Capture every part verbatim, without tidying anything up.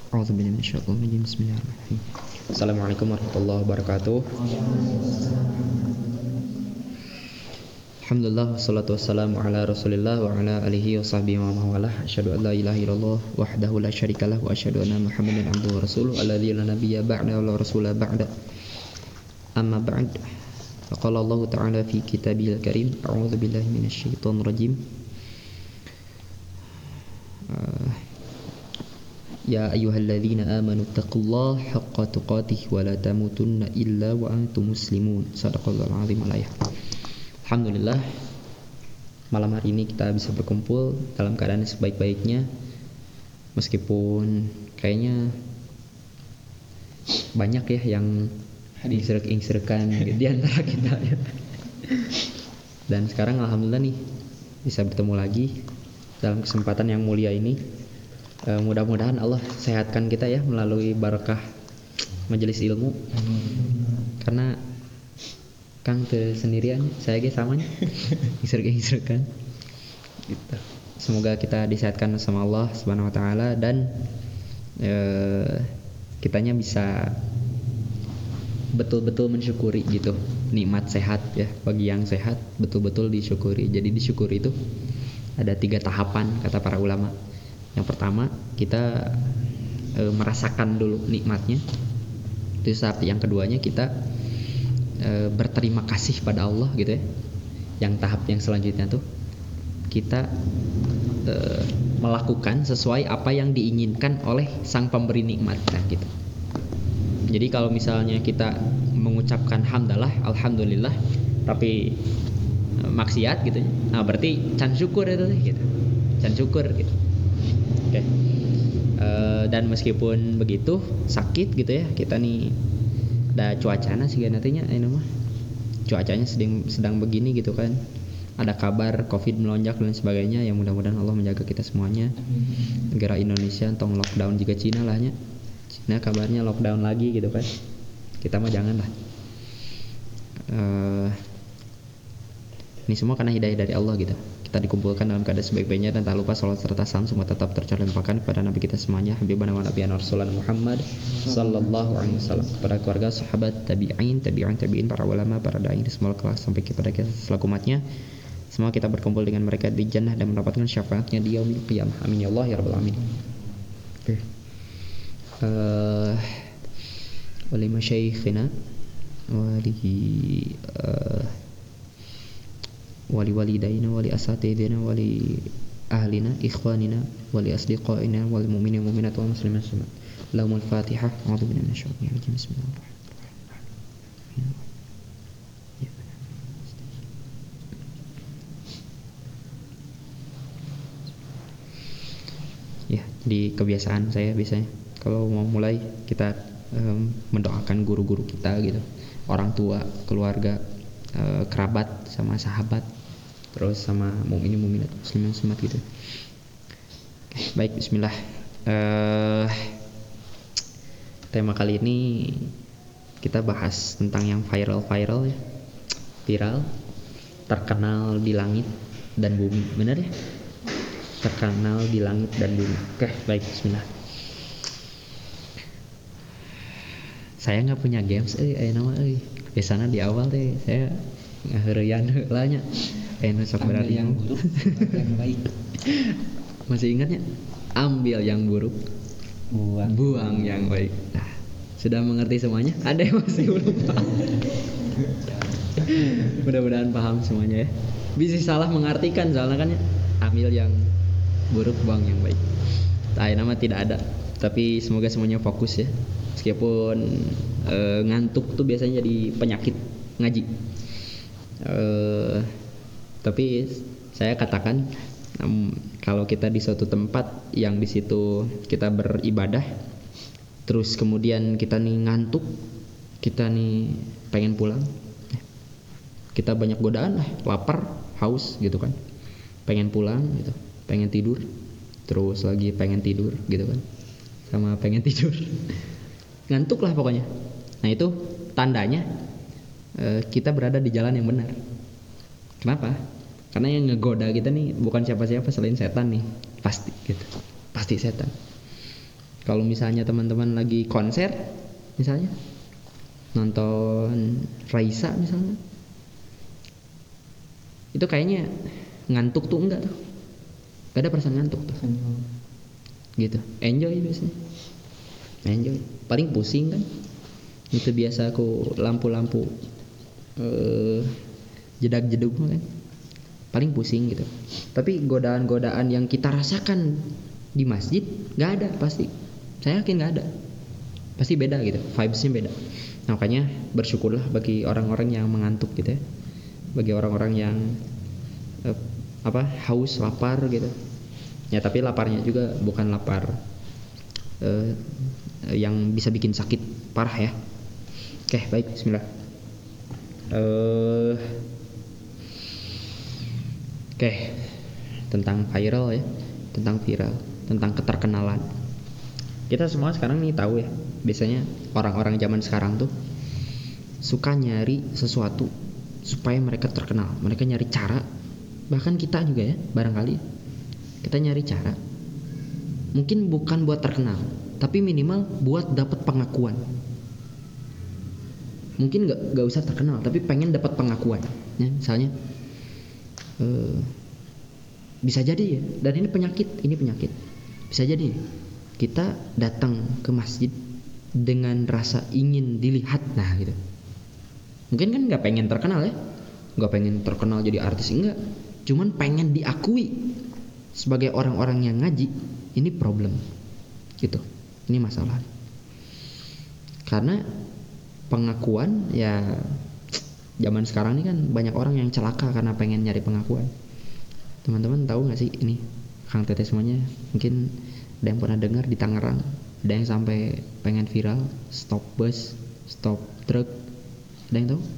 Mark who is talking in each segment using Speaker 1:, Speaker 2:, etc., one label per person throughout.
Speaker 1: A'udzubillahi minasyaitonir rajim. Bismillahirrahmanirrahim. Assalamualaikum warahmatullahi wabarakatuh. Alhamdulillah wassalatu wassalamu ala Rasulillah wa ala alihi wa sahbihi wa man walah. Asyhadu an la ilaha illallah wahdahu la syarikalah wa asyhadu anna Muhammadan abduhu wa rasuluh alladzi la nabiyya ba'da wa la rasula ba'da. Amma ba'd. Faqala Allah ta'ala fi kitabihil karim. A'udzu billahi minasyaitonir rajim. Uh, Ya ayyuhalladzina amanu taqullaha haqqa tuqatih wa la tamutunna illa wa antum muslimun. Shadaqallahul azim. Alhamdulillah, malam hari ini kita bisa berkumpul dalam keadaan sebaik-baiknya, meskipun kayaknya banyak ya yang inserek-inserkan di antara kita ya. Dan sekarang alhamdulillah nih bisa bertemu lagi dalam kesempatan yang mulia ini. E, mudah-mudahan Allah sehatkan kita ya melalui barakah majelis ilmu. Karena Kang te sendirian, saya ge samanya. Isrek-isrekan. Gitu. Semoga kita disehatkan sama Allah Subhanahu wa taala dan e, kitanya bisa betul-betul mensyukuri gitu. Nikmat sehat ya, bagi yang sehat betul-betul disyukuri. Jadi disyukuri itu ada tiga tahapan kata para ulama. Yang pertama kita e, merasakan dulu nikmatnya. Itu saat yang keduanya kita e, berterima kasih pada Allah gitu ya. Yang tahap yang selanjutnya tuh kita e, melakukan sesuai apa yang diinginkan oleh sang pemberi nikmat nah, gitu. Jadi kalau misalnya kita mengucapkan hamdalah, alhamdulillah, tapi e, maksiat gitu, nah berarti can syukur itu gitu, can syukur gitu. Oke, okay. uh, dan meskipun begitu sakit gitu ya, kita nih ada cuacanya sih nantinya, ini mah cuacanya sedang sedang begini gitu kan, ada kabar COVID melonjak dan sebagainya, yang mudah-mudahan Allah menjaga kita semuanya. Negara Indonesia tong lockdown juga Cina lahnya, Cina kabarnya lockdown lagi gitu kan, kita mah jangan lah. Uh, ini semua karena hidayah dari Allah gitu. Kita dikumpulkan dalam keadaan sebaik-baiknya dan tak lupa salat serta salam semua tetap tercurahkan kepada Nabi kita semuanya, Habibana wa Nabiyana Rasulullah Muhammad sallallahu alaihi wasallam, kepada keluarga, sahabat, tabi'in, tabi'in, tabi'in, para ulama, para dai di semua kelas sampai kepada kita selaku umatnya. Semua kita berkumpul dengan mereka di jannah dan mendapatkan syafaatnya di yaumil qiyamah. Amin ya Allah ya rabbal alamin. Oke. Okay. Uh, wali masyayikhina wali uh, wali walidaina wali asatidina wali ahlina ikhwanina wali asdiqaina wal mu'minin mu'minat wal muslimin muslimat. Lahumul Fatihah. A'udzu billahi minasyaitonir rajim. Bismillahirrahmanirrahim. Ya, di kebiasaan saya biasanya kalau mau mulai kita um, mendoakan guru-guru kita gitu, orang tua, keluarga, uh, kerabat sama sahabat, terus sama mukminin mukminat muslimin muslimat gitu. Oke, baik, bismillah. Uh, tema kali ini kita bahas tentang yang viral-viral ya. Viral, terkenal di langit dan bumi. Benar ya? Terkenal di langit dan bumi. Oke, baik, bismillah. Saya enggak punya games euy, aya nama euy. Biasana di awal teh saya ngaheureyan heula nya. Eh, sok berarti yang buruk, yang baik. Masih ingatnya? Ambil yang buruk, buang, buang yang baik. Nah, sudah mengerti semuanya? Ada yang masih belum paham? Mudah-mudahan paham semuanya ya. Bisa salah mengartikan soalnya kan ya. Ambil yang buruk, buang yang baik. Nah, nama tidak ada. Tapi semoga semuanya fokus ya. Meskipun e, ngantuk tuh biasanya jadi penyakit ngaji. Eh Tapi saya katakan um, kalau kita di suatu tempat yang di situ kita beribadah, terus kemudian kita nih ngantuk, kita nih pengen pulang, kita banyak godaan lah, lapar, haus gitu kan, pengen pulang gitu, pengen tidur, terus lagi pengen tidur gitu kan, sama pengen tidur, ngantuk lah pokoknya. Nah itu tandanya uh, kita berada di jalan yang benar. Kenapa? Karena yang ngegoda kita nih bukan siapa-siapa selain setan nih, pasti gitu, pasti setan. Kalau misalnya teman-teman lagi konser misalnya nonton Raisa misalnya, itu kayaknya ngantuk tuh enggak tuh, gak ada perasaan ngantuk tuh, gitu, enjoy biasanya, enjoy. Paling pusing kan, itu biasa aku lampu-lampu uh, jedak-jeduk kan, paling pusing gitu. Tapi godaan-godaan yang kita rasakan di masjid nggak ada pasti, saya yakin nggak ada, pasti beda gitu, vibesnya beda. Nah, makanya bersyukurlah bagi orang-orang yang mengantuk gitu ya, bagi orang-orang yang eh, apa haus, lapar gitu ya. Tapi laparnya juga bukan lapar eh, yang bisa bikin sakit parah ya. Oke, baik, bismillah. eh oke, tentang viral ya, tentang viral, tentang keterkenalan. Kita semua sekarang nih tahu ya, biasanya orang-orang zaman sekarang tuh suka nyari sesuatu supaya mereka terkenal. Mereka nyari cara, bahkan kita juga ya, barangkali kita nyari cara. Mungkin bukan buat terkenal, tapi minimal buat dapat pengakuan. Mungkin nggak nggak usah terkenal, tapi pengen dapat pengakuan. Ya, misalnya uh, bisa jadi ya, dan ini penyakit, ini penyakit. Bisa jadi kita datang ke masjid dengan rasa ingin dilihat, nah gitu. Mungkin kan nggak pengen terkenal ya, nggak pengen terkenal jadi artis, enggak. Cuman pengen diakui sebagai orang-orang yang ngaji. Ini problem, gitu. Ini masalah. Karena pengakuan ya, zaman sekarang ini kan banyak orang yang celaka karena pengen nyari pengakuan. Teman-teman tahu nggak sih ini, Kang Teteh semuanya mungkin ada yang pernah dengar di Tangerang, ada yang sampai pengen viral stop bus, stop truk, ada yang tahu?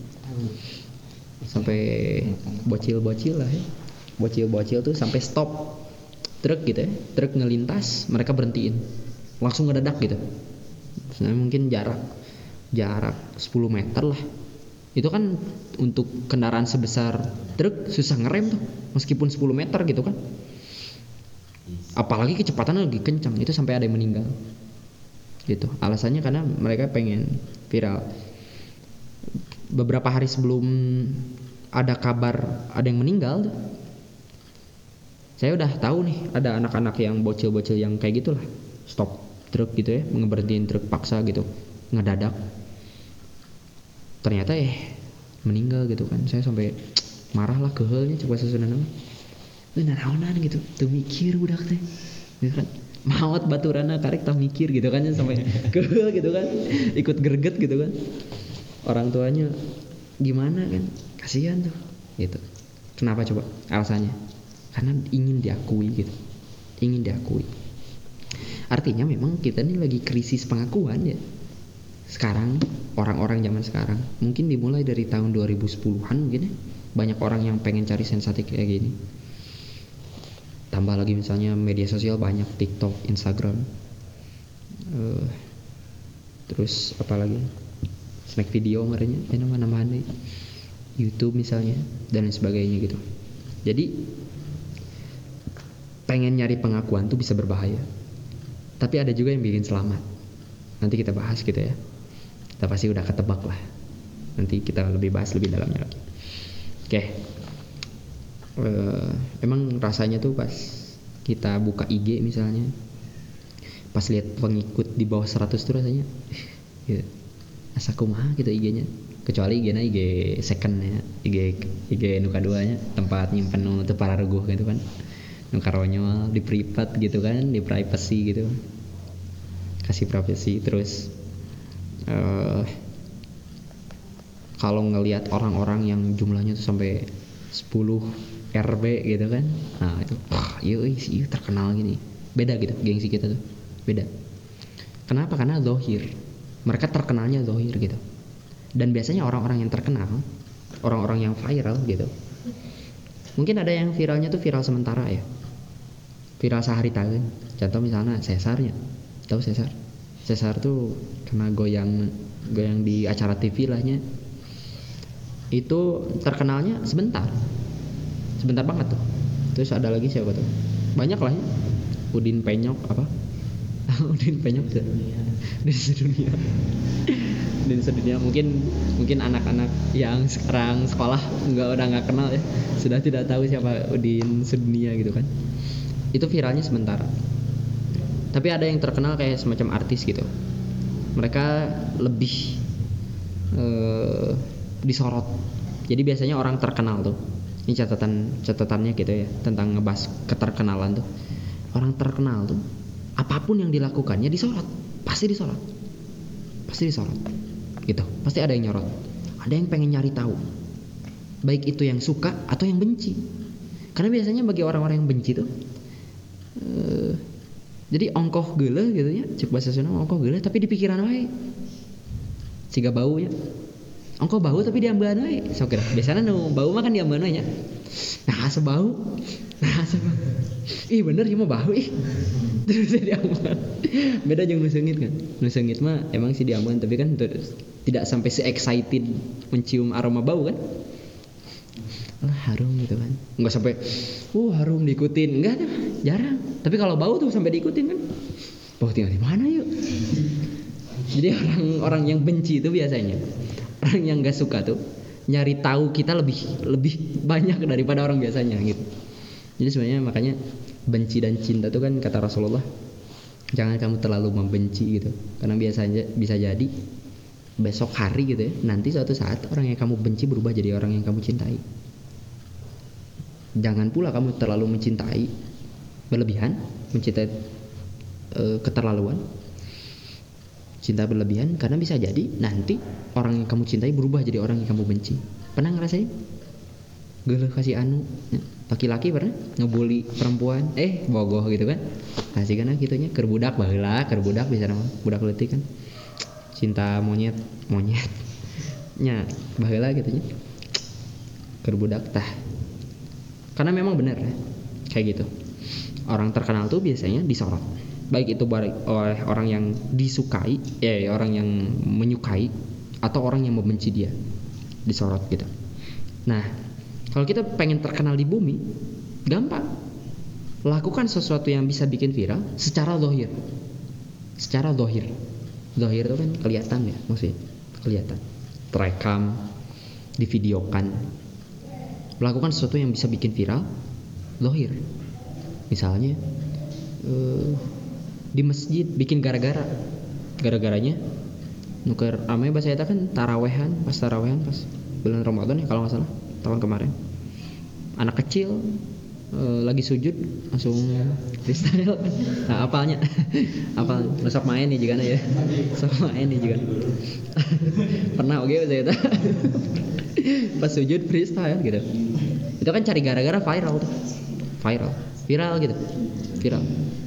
Speaker 1: Sampai bocil-bocil lah ya, bocil-bocil tuh sampai stop truk gitu ya, truk ngelintas mereka berhentiin, langsung ngedadak gitu. Sebenarnya mungkin jarak jarak sepuluh meter lah. Itu kan untuk kendaraan sebesar truk susah ngerem tuh, meskipun sepuluh meter gitu kan. Apalagi kecepatannya lagi kencang, itu sampai ada yang meninggal. Gitu. Alasannya karena mereka pengen viral. Beberapa hari sebelum ada kabar ada yang meninggal tuh, saya udah tahu nih ada anak-anak yang bocil-bocil yang kayak gitulah, stop truk gitu ya, ngeberhentiin truk paksa gitu, ngedadak. Ternyata eh meninggal gitu kan. Saya sampai marah lah, kehelnya coba susunan nama. Ini nanaonan gitu, tuh mikir budak teh, gitu kan. Maot baturana karek tah mikir gitu kan, sampai kehel gitu kan, ikut greget gitu kan. Orang tuanya gimana kan, kasihan tuh, gitu. Kenapa coba alasannya? Karena ingin diakui gitu, ingin diakui. Artinya memang kita ini lagi krisis pengakuan ya. Sekarang orang-orang zaman sekarang, mungkin dimulai dari tahun dua ribu sepuluhan mungkin ya, banyak orang yang pengen cari sensasi kayak gini. Tambah lagi misalnya media sosial banyak, TikTok, Instagram, uh, terus apa lagi, snack video ngaranya, ya nama-namahan deh, YouTube misalnya dan lain sebagainya gitu. Jadi pengen nyari pengakuan tuh bisa berbahaya, tapi ada juga yang bikin selamat. Nanti kita bahas gitu ya. Kita pasti udah ketebak lah. Nanti kita lebih bahas lebih dalamnya lagi. Oke. Okay. Uh, emang rasanya tuh pas kita buka I G misalnya, pas lihat pengikut di bawah seratus tuh rasanya gitu. Asa kumaha gitu I G-nya. Kecuali I G-nya I G second ya, I G I G nu kaduanya tempat nyimpen nu teu parareguh gitu kan. Nu karonyol di privat gitu kan, di privacy gitu. Kasih privacy terus uh, kalau ngelihat orang-orang yang jumlahnya tuh sampai sepuluh R B gitu kan, nah itu wah iya iya terkenal gini, beda gitu gengsi kita tuh beda. Kenapa? Karena zohir, mereka terkenalnya zohir gitu. Dan biasanya orang-orang yang terkenal, orang-orang yang viral gitu, mungkin ada yang viralnya tuh viral sementara ya, viral sehari tahun. Contoh misalnya Cesarnya, tahu Cesar? Cesar tuh karena goyang goyang di acara T V lahnya, itu terkenalnya sebentar. Sebentar banget tuh. Terus ada lagi siapa tuh? Banyak lah ya. Udin Penyok apa? Udin penyok tuh. Udin sedunia. Udin sedunia mungkin mungkin anak-anak yang sekarang sekolah nggak udah nggak kenal ya, sudah tidak tahu siapa Udin sedunia gitu kan. Itu viralnya sementara. Tapi ada yang terkenal kayak semacam artis gitu. Mereka lebih uh, disorot. Jadi biasanya orang terkenal tuh. Ini catatan catatannya gitu ya tentang ngebahas keterkenalan tuh. Orang terkenal tuh apapun yang dilakukannya disorot, pasti disorot, pasti disorot, gitu. Pasti ada yang nyorot, ada yang pengen nyari tahu, baik itu yang suka atau yang benci. Karena biasanya bagi orang-orang yang benci tuh, uh, jadi ongkoh geuleuh gitu ya, cek bahasa Sunda ongkoh geuleuh tapi di pikiran wae, siga bau ya. Ongko bau tapi diambean wae. Sok kira. Biasana nu bau mah kan diambean wae nya. Nah, sebau. Nah, sebau. Ih bener ieu mah bau ih. Terus diambean. Beda jeung nu seungit kan. Nu seungit mah emang sih diambean tapi kan terus, tidak sampai se-excited mencium aroma bau kan. Oh, harum gitu kan. Enggak sampai uh harum diikutin. Enggak, jarang. Tapi kalau bau tuh sampai diikutin kan. Bau tinggal di mana yuk? Jadi orang-orang yang benci itu biasanya orang yang gak suka tuh nyari tahu kita lebih lebih banyak daripada orang biasanya gitu. Jadi sebenarnya makanya benci dan cinta tuh kan kata Rasulullah, jangan kamu terlalu membenci gitu. Karena biasanya bisa jadi besok hari gitu ya, nanti suatu saat orang yang kamu benci berubah jadi orang yang kamu cintai. Jangan pula kamu terlalu mencintai berlebihan, mencintai e, keterlaluan. Cinta berlebihan karena bisa jadi nanti orang yang kamu cintai berubah jadi orang yang kamu benci. Pernah ngerasain? Geuleuh kasih anu, laki-laki pernah ngebully perempuan, eh bogoh gitu kan? Kasih kana gitunya keur budak baheula, keur budak bisa nama budak leutik kan. Cinta monyet, monyet. Nya baheula gitu nya. Keur budak tah. Karena memang benar ya. Kayak gitu. Orang terkenal tuh biasanya disorot. Baik itu oleh orang yang disukai, ya orang yang menyukai atau orang yang membenci dia, disorot gitu. Nah, kalau kita pengen terkenal di bumi, gampang. Lakukan sesuatu yang bisa bikin viral secara zahir. Secara zahir. Zahir itu kan kelihatan ya, maksudnya kelihatan. Terekam, divideokan. Lakukan sesuatu yang bisa bikin viral zahir. Misalnya uh, di masjid bikin gara-gara, gara-garanya nuker ramai bahasa eta kan tarawehan, pas tarawehan pas bulan Ramadan ya kalau nggak salah tahun kemarin, anak kecil e, lagi sujud langsung freestyle. Nah apalnya apal besok main nih juga ya, besok main nih juga pernah oke bahasa eta pas sujud freestyle gitu. Itu kan cari gara-gara viral tuh, viral viral gitu, viral.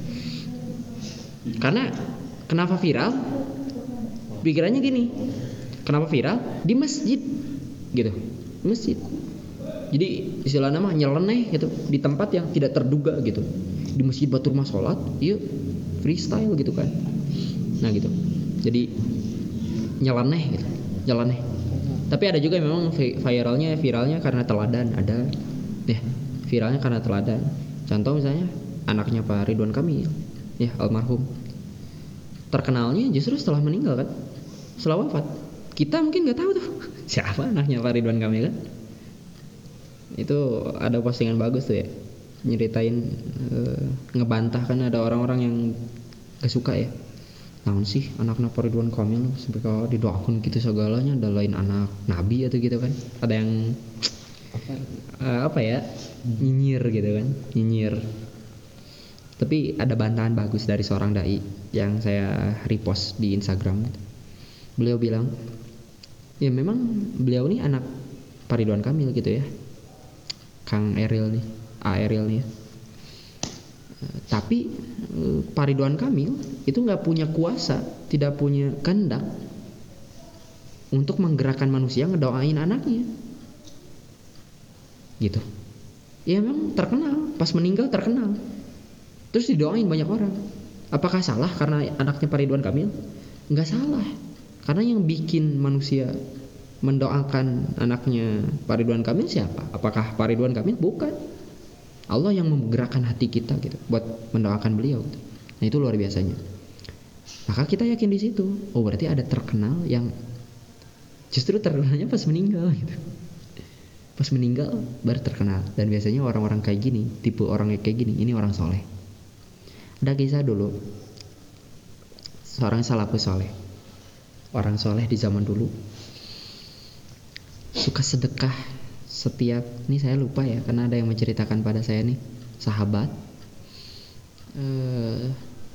Speaker 1: Karena kenapa viral? Pikirannya gini, kenapa viral? Di masjid, gitu, di masjid. Jadi istilah nama nyeleneh gitu, di tempat yang tidak terduga gitu. Di masjid batu rumah sholat, yuk freestyle gitu kan. Nah gitu. Jadi nyeleneh gitu, nyeleneh. Tapi ada juga memang viralnya, viralnya karena teladan ada, ya viralnya karena teladan. Contoh misalnya anaknya Pak Ridwan Kamil. Ya almarhum, terkenalnya justru setelah meninggal kan, setelah wafat. Kita mungkin nggak tahu tuh siapa anaknya Pak Ridwan Kamil kan. Itu ada postingan bagus tuh ya, nyeritain e, ngebantah kan ada orang-orang yang gak suka ya. Namun sih anaknya Pak Ridwan Kamil sampai kalau didoakan gitu segalanya ada lain anak nabi atau gitu kan. Ada yang e, apa ya nyinyir gitu kan, nyinyir. Tapi ada bantahan bagus dari seorang dai yang saya repost di Instagram. Beliau bilang, ya memang beliau ini anak Pak Ridwan Kamil gitu ya, Kang Eril nih, A Eril nih. Tapi Pak Ridwan Kamil itu nggak punya kuasa, tidak punya kehendak untuk menggerakkan manusia ngedoain anaknya, gitu. Ya memang terkenal, pas meninggal terkenal. Terus didoain banyak orang. Apakah salah karena anaknya Pak Ridwan Kamil? Enggak salah. Karena yang bikin manusia mendoakan anaknya Pak Ridwan Kamil siapa? Apakah Pak Ridwan Kamil? Bukan. Allah yang menggerakkan hati kita gitu buat mendoakan beliau. Nah itu luar biasanya. Maka kita yakin di situ. Oh berarti ada terkenal yang justru terkenalnya pas meninggal gitu. Pas meninggal baru terkenal. Dan biasanya orang-orang kayak gini, tipe orang kayak gini, ini orang soleh. Ada kisah dulu, seorang salafus soleh, orang soleh di zaman dulu, suka sedekah setiap, ini saya lupa ya, karena ada yang menceritakan pada saya nih, sahabat. Uh,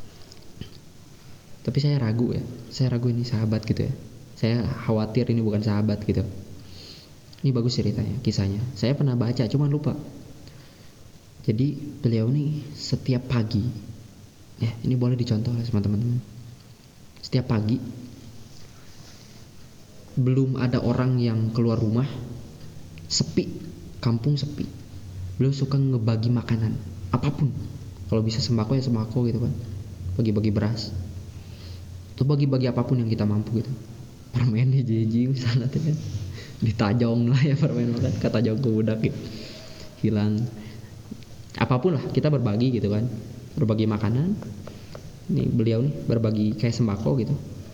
Speaker 1: tapi saya ragu ya, saya ragu ini sahabat gitu ya. Saya khawatir ini bukan sahabat gitu. Ini bagus ceritanya, kisahnya. Saya pernah baca, cuma lupa. Jadi beliau nih setiap pagi, ya ini boleh dicontoh sama teman-teman. Setiap pagi, belum ada orang yang keluar rumah, sepi, kampung sepi. Beliau suka ngebagi makanan, apapun. Kalau bisa sembako ya sembako gitu kan, bagi-bagi beras. Atau bagi-bagi apapun yang kita mampu gitu. Permen di jiji misalnya tuh kan, ditajong lah ya permen kan, katajong ke budak gitu. Hilang. Apapun lah kita berbagi gitu kan, berbagi makanan. Ini beliau nih berbagi kayak sembako gitu.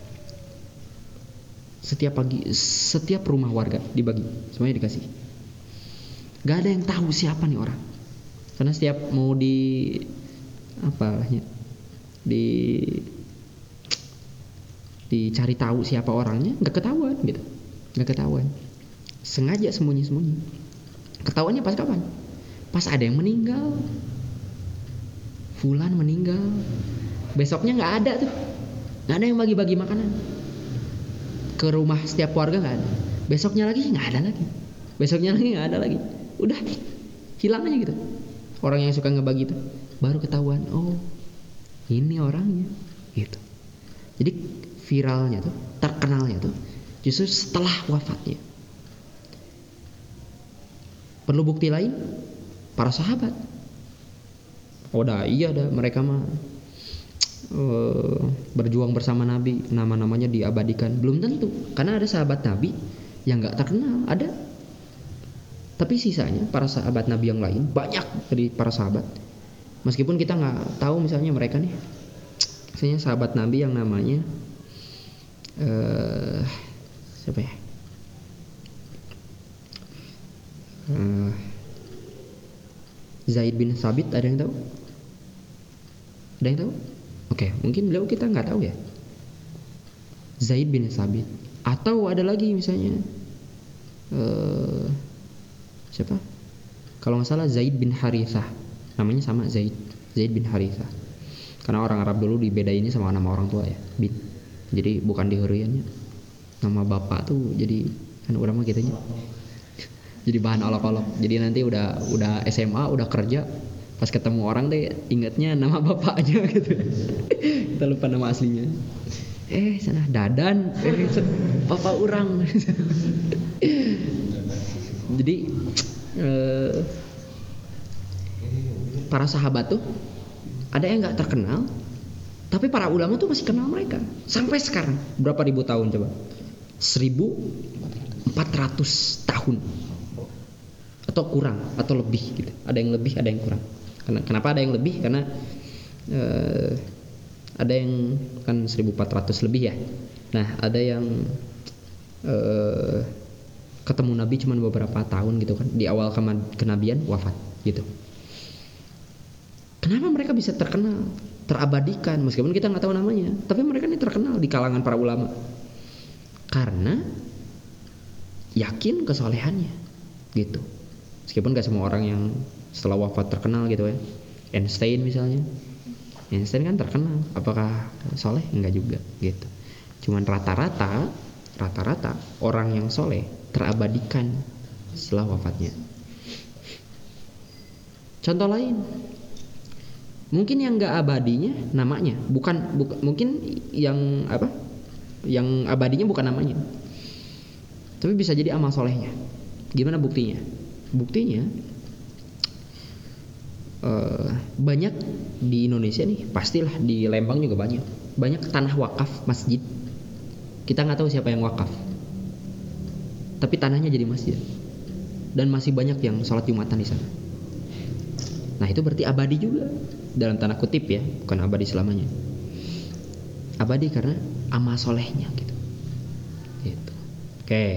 Speaker 1: Setiap pagi, setiap rumah warga dibagi, semuanya dikasih. Gak ada yang tahu siapa nih orang, karena setiap mau di apa lahnya di dicari tahu siapa orangnya, nggak ketahuan gitu, nggak ketahuan. Sengaja sembunyi-sembunyi. Ketahuannya pas kapan? Pas ada yang meninggal. Fulan meninggal. Besoknya nggak ada tuh, nggak ada yang bagi-bagi makanan. Ke rumah setiap keluarga nggak ada. Besoknya lagi nggak ada lagi. Besoknya lagi nggak ada lagi. Udah hilang aja gitu. Orang yang suka ngebagi itu baru ketahuan. Oh ini orangnya gitu. Jadi viralnya tuh, terkenalnya tuh justru setelah wafatnya. Perlu bukti lain? Para sahabat. Oh dah iya dah, mereka mah uh, berjuang bersama Nabi, nama-namanya diabadikan. Belum tentu, karena ada sahabat Nabi yang nggak terkenal, ada. Tapi sisanya para sahabat Nabi yang lain banyak dari para sahabat. Meskipun kita nggak tahu misalnya mereka nih, misalnya sahabat Nabi yang namanya uh, siapa ya? Uh, Zaid bin Thabit, ada yang tahu? Ada yang tahu? Oke, mungkin beliau kita nggak tahu ya. Zaid bin Thabit. Atau ada lagi misalnya uh, siapa? Kalau nggak salah Zaid bin Harithah. Namanya sama Zaid, Zaid bin Harithah. Karena orang Arab dulu dibedainnya sama nama orang tua ya, bin. Jadi bukan dihuriannya. Nama bapak tuh jadi kan ulama gitunya. Jadi bahan olok-olok. Jadi nanti udah udah S M A, udah kerja, pas ketemu orang deh ingatnya nama bapaknya gitu. Kita lupa nama aslinya. Eh sana Dadan, eh papa orang. Jadi eh, para sahabat tuh ada yang nggak terkenal, tapi para ulama tuh masih kenal mereka sampai sekarang. Berapa ribu tahun coba? seribu empat ratus tahun atau kurang atau lebih gitu. Ada yang lebih, ada yang kurang. Karena kenapa ada yang lebih? Karena eh, ada yang kan seribu empat ratus lebih ya. Nah, ada yang eh, ketemu Nabi cuma beberapa tahun gitu kan. Di awal kenabian wafat gitu. Kenapa mereka bisa terkenal, terabadikan meskipun kita nggak tahu namanya, tapi mereka ini terkenal di kalangan para ulama karena yakin kesolehannya gitu. Meskipun gak semua orang yang setelah wafat terkenal gitu ya. Einstein misalnya, Einstein kan terkenal, apakah soleh? Enggak juga gitu. Cuman rata-rata, rata-rata orang yang soleh terabadikan setelah wafatnya. Contoh lain, mungkin yang nggak abadinya namanya, bukan, bukan mungkin yang apa? Yang abadinya bukan namanya, tapi bisa jadi amal solehnya. Gimana buktinya? Buktinya uh, banyak di Indonesia nih, pastilah di Lembang juga banyak, banyak tanah wakaf masjid. Kita nggak tahu siapa yang wakaf, tapi tanahnya jadi masjid, dan masih banyak yang sholat jumatan di sana. Nah itu berarti abadi juga dalam tanda kutip ya, bukan abadi selamanya. abadi karena amal solehnya gitu. Gitu. Oke.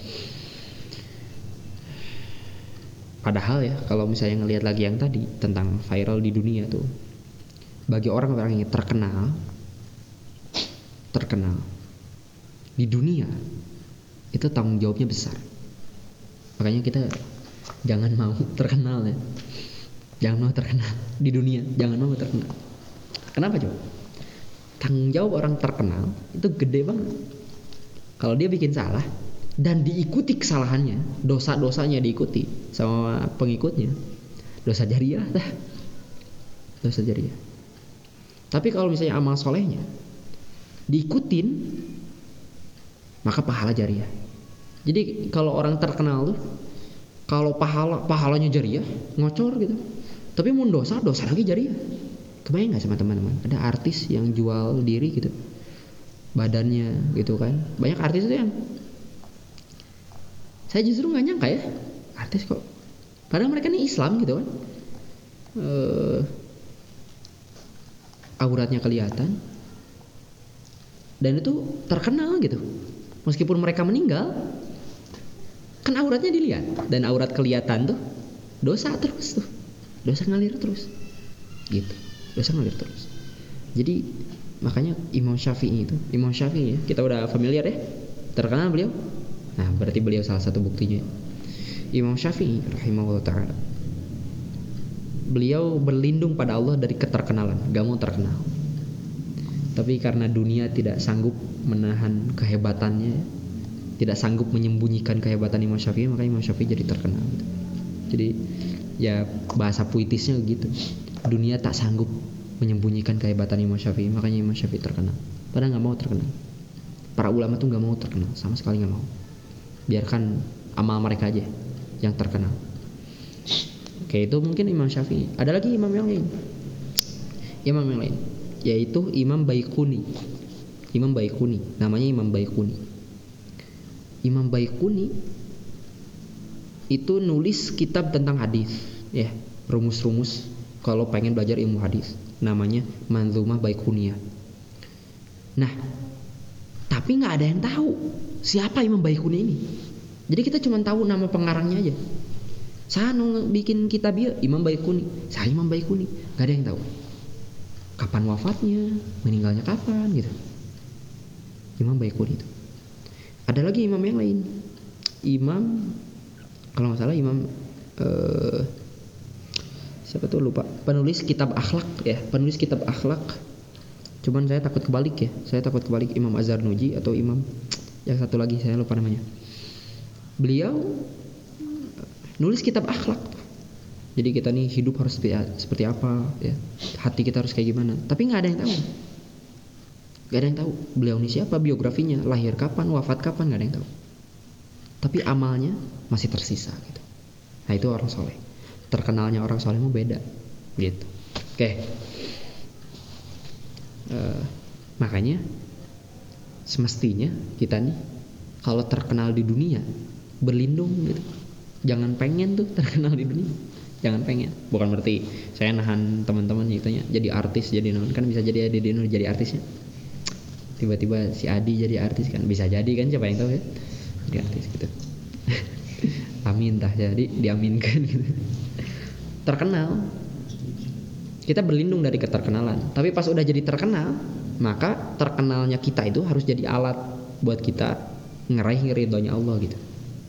Speaker 1: Padahal ya kalau misalnya ngelihat lagi yang tadi tentang viral di dunia tuh, bagi orang-orang yang terkenal, terkenal di dunia itu tanggung jawabnya besar. Makanya kita jangan mau terkenal ya, jangan mau terkenal di dunia, jangan mau terkenal. Kenapa coba? Tanggung jawab orang terkenal itu gede banget. Kalau dia bikin salah dan diikuti kesalahannya, dosa-dosanya diikuti sama pengikutnya, dosa jariah dah, dosa jariah. Tapi kalau misalnya amal solehnya diikutin, maka pahala jariah. Jadi kalau orang terkenal tuh, kalau pahala pahalanya jariah, ngocor gitu. Tapi mau dosa, dosa lagi jariah. Kebayang nggak sama teman-teman? Ada artis yang jual diri gitu, badannya gitu kan. Banyak artis itu yang saya justru nggak nyangka ya, artis kok. Padahal mereka ini Islam gitu kan. Uh, auratnya kelihatan dan itu terkenal gitu. Meskipun mereka meninggal, kan auratnya dilihat dan aurat kelihatan tuh dosa terus tuh, dosa ngalir terus, gitu, dosa ngalir terus. Jadi makanya Imam Syafi'i itu, Imam Syafi'i ya, kita udah familiar ya, terkenal beliau. Nah berarti beliau salah satu buktinya. Imam Syafi'i rahimahullah taala, beliau berlindung pada Allah dari keterkenalan, gak mau terkenal. Tapi karena dunia tidak sanggup menahan kehebatannya, tidak sanggup menyembunyikan kehebatan Imam Syafi'i, maka Imam Syafi'i jadi terkenal. Jadi ya bahasa puitisnya gitu. Dunia tak sanggup menyembunyikan kehebatan Imam Syafi'i, makanya Imam Syafi'i terkenal. Padahal nggak mau terkenal. Para ulama tuh nggak mau terkenal, sama sekali nggak mau. Biarkan amal mereka aja yang terkenal. Oke, itu mungkin Imam Syafi'i. Ada lagi imam yang lain. Imam yang lain, yaitu Imam Baiquni. Imam Baiquni, namanya Imam Baiquni. Imam Baiquni itu nulis kitab tentang hadis, ya, rumus-rumus kalau pengen belajar ilmu hadis. Namanya Manzumah Baiquniyah. Nah, tapi nggak ada yang tahu siapa Imam Baiquni ini. Jadi kita cuma tahu nama pengarangnya aja. Saya bikin kitab ya Imam Baiquni, saya Imam Baiquni, nggak ada yang tahu kapan wafatnya, meninggalnya kapan gitu. Imam Baiquni itu. Ada lagi imam yang lain, imam kalau nggak salah imam uh, siapa tuh lupa, penulis kitab akhlak ya, penulis kitab akhlak. Cuman saya takut kebalik ya, saya takut kebalik Imam Az-Zarnuji atau imam yang satu lagi saya lupa namanya. Beliau nulis kitab akhlak. Jadi kita nih hidup harus seperti, seperti apa ya, hati kita harus kayak gimana. Tapi nggak ada yang tahu. Gak ada yang tahu beliau ini siapa, biografinya, lahir kapan, wafat kapan, gak ada yang tahu. Tapi amalnya masih tersisa gitu. Nah itu orang soleh. Terkenalnya orang soleh mau beda gitu. Oke. Uh, makanya semestinya kita nih kalau terkenal di dunia berlindung gitu. Jangan pengen tuh terkenal di dunia. Jangan pengen. Bukan berarti saya nahan teman-teman gitu ya, jadi artis, jadi non kan bisa jadi Adi Nur jadi artisnya. Tiba-tiba si Adi jadi artis kan, bisa jadi kan, siapa yang tahu ya, jadi artis gitu. Amin tah, jadi diaminkan gitu. Terkenal, kita berlindung dari keterkenalan. Tapi pas udah jadi terkenal, maka terkenalnya kita itu harus jadi alat buat kita ngeraih ridhonya Allah gitu.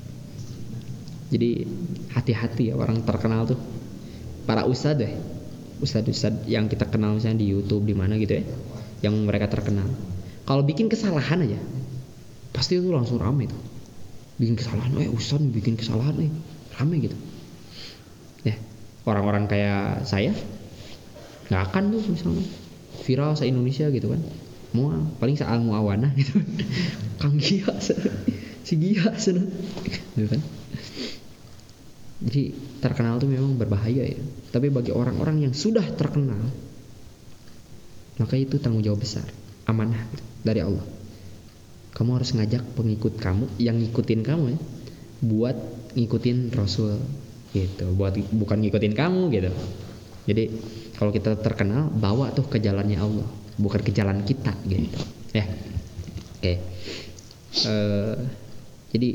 Speaker 1: Jadi hati-hati ya orang terkenal tuh, para ustadz deh, ustadz-ustadz yang kita kenal misalnya di YouTube di mana gitu ya, yang mereka terkenal. Kalau bikin kesalahan aja, pasti itu langsung rame tuh. Bikin kesalahan, eh ustadz bikin kesalahan, eh rame gitu. Ya, orang-orang kayak saya nggak akan tuh misalnya viral se Indonesia gitu kan. Mau paling seal muawanah gitu. Kang Gia, si Gia sana, gitu kan. Jadi terkenal tuh memang berbahaya ya. Tapi bagi orang-orang yang sudah terkenal, maka itu tanggung jawab besar, amanah gitu, dari Allah. Kamu harus ngajak pengikut kamu yang ngikutin kamu ya, buat ngikutin Rasul gitu, buat bukan ngikutin kamu gitu. Jadi kalau kita terkenal, bawa tuh ke jalannya Allah, bukan ke jalan kita gitu ya. Oke. Uh, jadi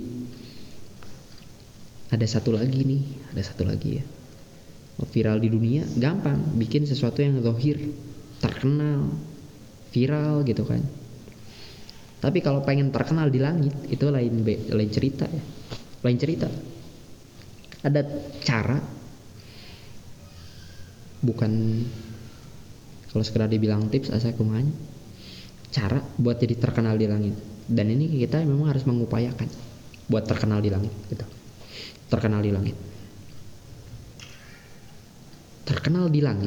Speaker 1: ada satu lagi nih, ada satu lagi ya. Viral di dunia gampang, bikin sesuatu yang zahir, terkenal, viral gitu kan. Tapi kalau pengen terkenal di langit itu lain lain cerita ya. Lain cerita. Ada cara, bukan kalau sekedar dibilang tips asa kumanya, cara buat jadi terkenal di langit. Dan ini kita memang harus mengupayakan buat terkenal di langit gitu. Terkenal di langit. Terkenal di langit.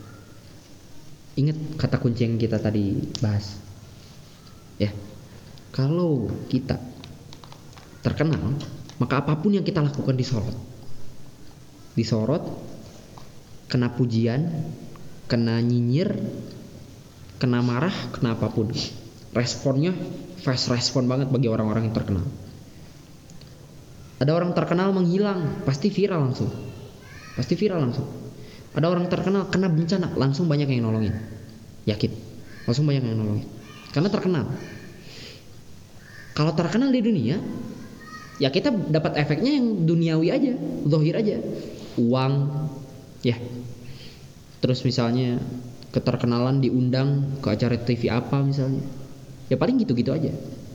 Speaker 1: Ingat kata kunci yang kita tadi bahas. Ya. Kalau kita terkenal, maka apapun yang kita lakukan disorot. Disorot, kena pujian, kena nyinyir, kena marah, kena apapun. Responnya fast respon banget bagi orang-orang yang terkenal. Ada orang terkenal menghilang, pasti viral langsung. Pasti viral langsung. Ada orang terkenal kena bencana, langsung banyak yang nolongin. Yakin, langsung banyak yang nolongin. Karena terkenal. Kalau terkenal di dunia, ya kita dapat efeknya yang duniawi aja, zahir aja. Uang, ya. Terus misalnya keterkenalan diundang ke acara T V apa misalnya. Ya paling gitu-gitu aja.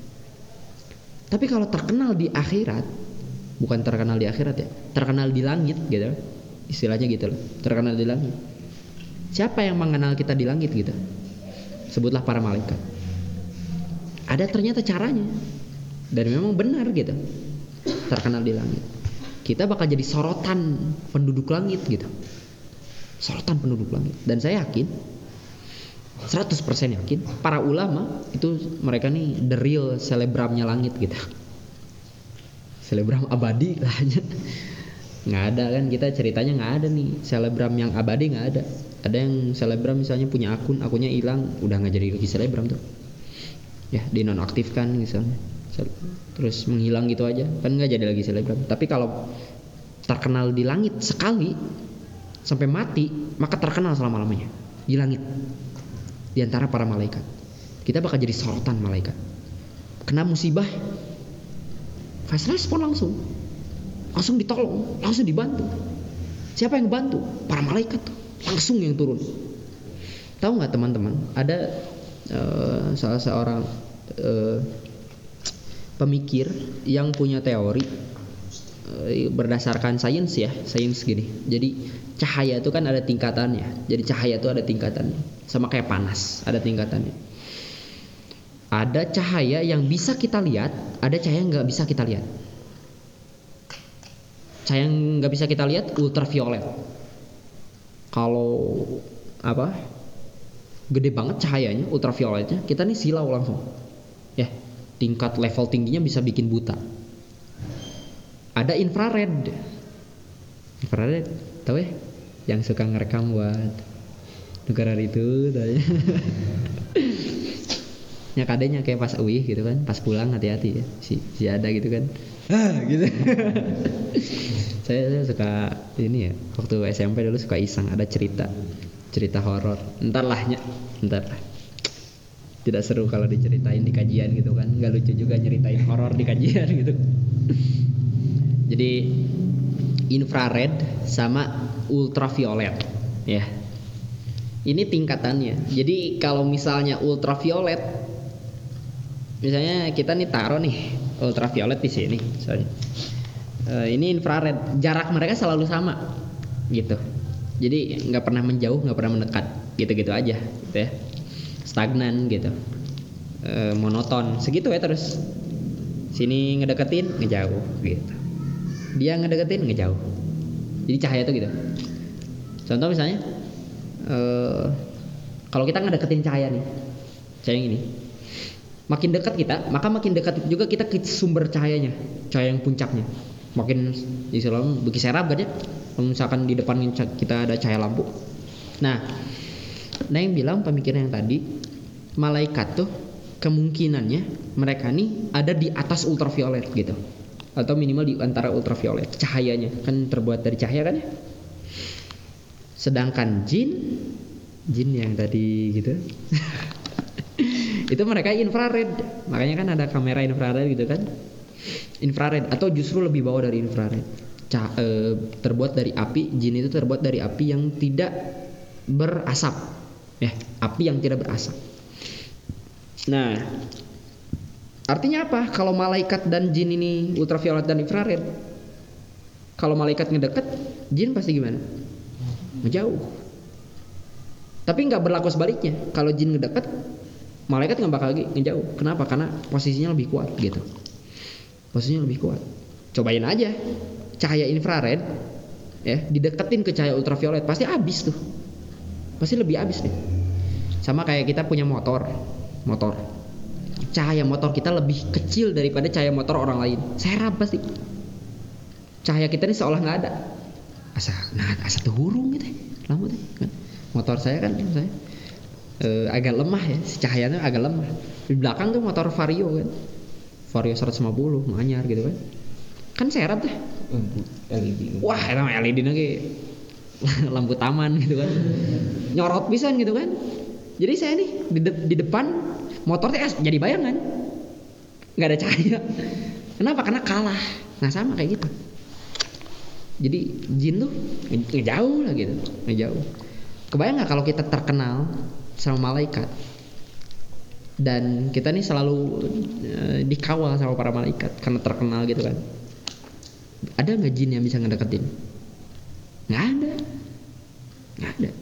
Speaker 1: Tapi kalau terkenal di akhirat, bukan terkenal di akhirat ya, terkenal di langit gitu. Istilahnya gitu loh, terkenal di langit. Siapa yang mengenal kita di langit gitu? Sebutlah para malaikat. Ada ternyata caranya. Dan memang benar gitu. Terkenal di langit. Kita bakal jadi sorotan penduduk langit gitu. Sorotan penduduk langit. Dan saya yakin, seratus persen yakin, para ulama itu mereka nih the real selebramnya langit gitu. Selebram abadi lah aja. Nggak ada kan, kita ceritanya nggak ada nih selebgram yang abadi, nggak ada. Ada yang selebgram misalnya punya akun, akunnya hilang, udah nggak jadi lagi selebgram tuh. Ya dinonaktifkan misalnya, terus menghilang gitu aja, kan nggak jadi lagi selebgram. Tapi kalau terkenal di langit sekali sampai mati, maka terkenal selama lamanya di langit di antara para malaikat. Kita bakal jadi sorotan malaikat. Kena musibah, fast respon langsung. Langsung ditolong, langsung dibantu. Siapa yang bantu? Para malaikat tuh, langsung yang turun. Tahu nggak teman-teman? Ada uh, salah seorang uh, pemikir yang punya teori uh, berdasarkan sains ya, sains gini. Jadi cahaya itu kan ada tingkatannya. Jadi cahaya itu ada tingkatannya. Sama kayak panas, ada tingkatannya. Ada cahaya yang bisa kita lihat, ada cahaya yang nggak bisa kita lihat. Cahaya yang nggak bisa kita lihat ultraviolet. Kalau apa? Gede banget cahayanya, ultravioletnya, kita nih silau langsung. Ya, tingkat level tingginya bisa bikin buta. Ada infrared. Infrared, tahu ya? Yang suka ngerekam buat negara itu, tanya. Ya kadenya kayak pas U I gitu kan, pas pulang hati-hati ya, si si ada gitu kan. Ah, gitu. saya, saya suka ini ya, waktu S M P dulu suka iseng ada cerita cerita horor. Entar lah, entar lah. Tidak seru kalau diceritain di kajian gitu kan, nggak lucu juga nyeritain horor di kajian gitu. Jadi infrared sama ultraviolet ya. Ini tingkatannya. Jadi kalau misalnya ultraviolet, misalnya kita nih taruh nih ultraviolet di sini, sorry. Uh, ini infrared, jarak mereka selalu sama, gitu. Jadi nggak pernah menjauh, nggak pernah mendekat, gitu-gitu aja, gitu ya. Stagnan gitu, uh, monoton, segitu ya terus. Sini ngedeketin, ngejauh, gitu. Dia ngedeketin, ngejauh. Jadi cahaya itu gitu. Contoh misalnya, uh, kalau kita ngedeketin cahaya nih, cahaya yang ini. Makin dekat kita, maka makin dekat juga kita ke sumber cahayanya, cahaya yang puncaknya. Makin Islam berkiserap kan ya. Kalau misalkan di depan kita ada cahaya lampu. Nah, nah yang bilang pemikiran yang tadi, malaikat tuh kemungkinannya mereka nih ada di atas ultraviolet gitu. Atau minimal di antara ultraviolet, cahayanya kan terbuat dari cahaya kan ya. Sedangkan jin jin yang tadi gitu. Itu mereka infrared, makanya kan ada kamera infrared gitu kan. Infrared atau justru lebih bawah dari infrared. Cah, e, terbuat dari api, jin itu terbuat dari api yang tidak berasap, ya, api yang tidak berasap. Nah, artinya apa? Kalau malaikat dan jin ini ultraviolet dan infrared, kalau malaikat ngedeket, jin pasti gimana? Ngejauh. Tapi nggak berlaku sebaliknya. Kalau jin ngedeket, malaikat nggak bakal ngejauh. Kenapa? Karena posisinya lebih kuat gitu. Posisinya lebih kuat. Cobain aja cahaya infrared, ya, dideketin ke cahaya ultraviolet, pasti habis tuh. Pasti lebih habis deh. Sama kayak kita punya motor, motor. Cahaya motor kita lebih kecil daripada cahaya motor orang lain. Serap pasti. Cahaya kita ini seolah nggak ada. Asa, nah, asa tuh hurung gitu, lama tuh. Kan? Motor saya kan, saya e, agak lemah ya, si cahayanya agak lemah. Di belakang tuh motor Vario kan. Vario seratus lima puluh manyar gitu kan. Kan serap deh.
Speaker 2: L E D.
Speaker 1: Wah, itu L E D lagi lampu taman gitu kan. Nyorot pisan gitu kan. Jadi saya nih di, de- di depan motornya jadi bayangan. Enggak ada cahaya. Kenapa? Karena kalah. Nah, sama kayak gitu. Jadi jin tuh ngejauh lah gitu, ngejauh. Kebayang nggak kalau kita terkenal sama malaikat? Dan kita nih selalu uh, dikawal sama para malaikat karena terkenal gitu kan. Ada nggak jin yang bisa ngedeketin? Nggak ada, nggak ada,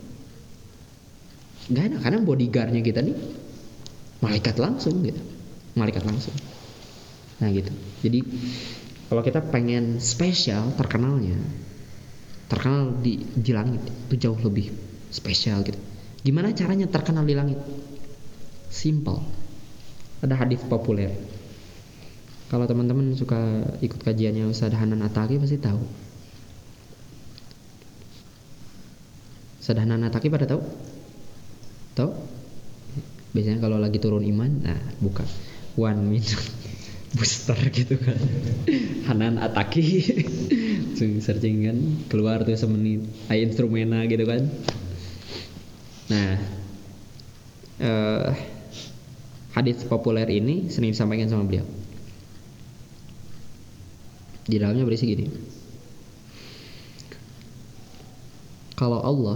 Speaker 1: nggak ada karena bodyguardnya kita nih malaikat langsung gitu, malaikat langsung. Nah gitu. Jadi kalau kita pengen spesial terkenalnya, terkenal di di langit itu jauh lebih spesial gitu. Gimana caranya terkenal di langit? Simple. Ada hadis populer. Kalau teman-teman suka ikut kajiannya Ustaz Hanan Ataki pasti tahu. Ustaz Hanan Ataki pada tahu? Tahu? Biasanya kalau lagi turun iman, nah buka one minute booster gitu kan. Hanan Ataki. Searching kan keluar tuh semenit. Ay instrumena gitu kan. Nah, uh, hadits populer ini sering disampaikan sama beliau. Di dalamnya berisi gini. Kalau Allah,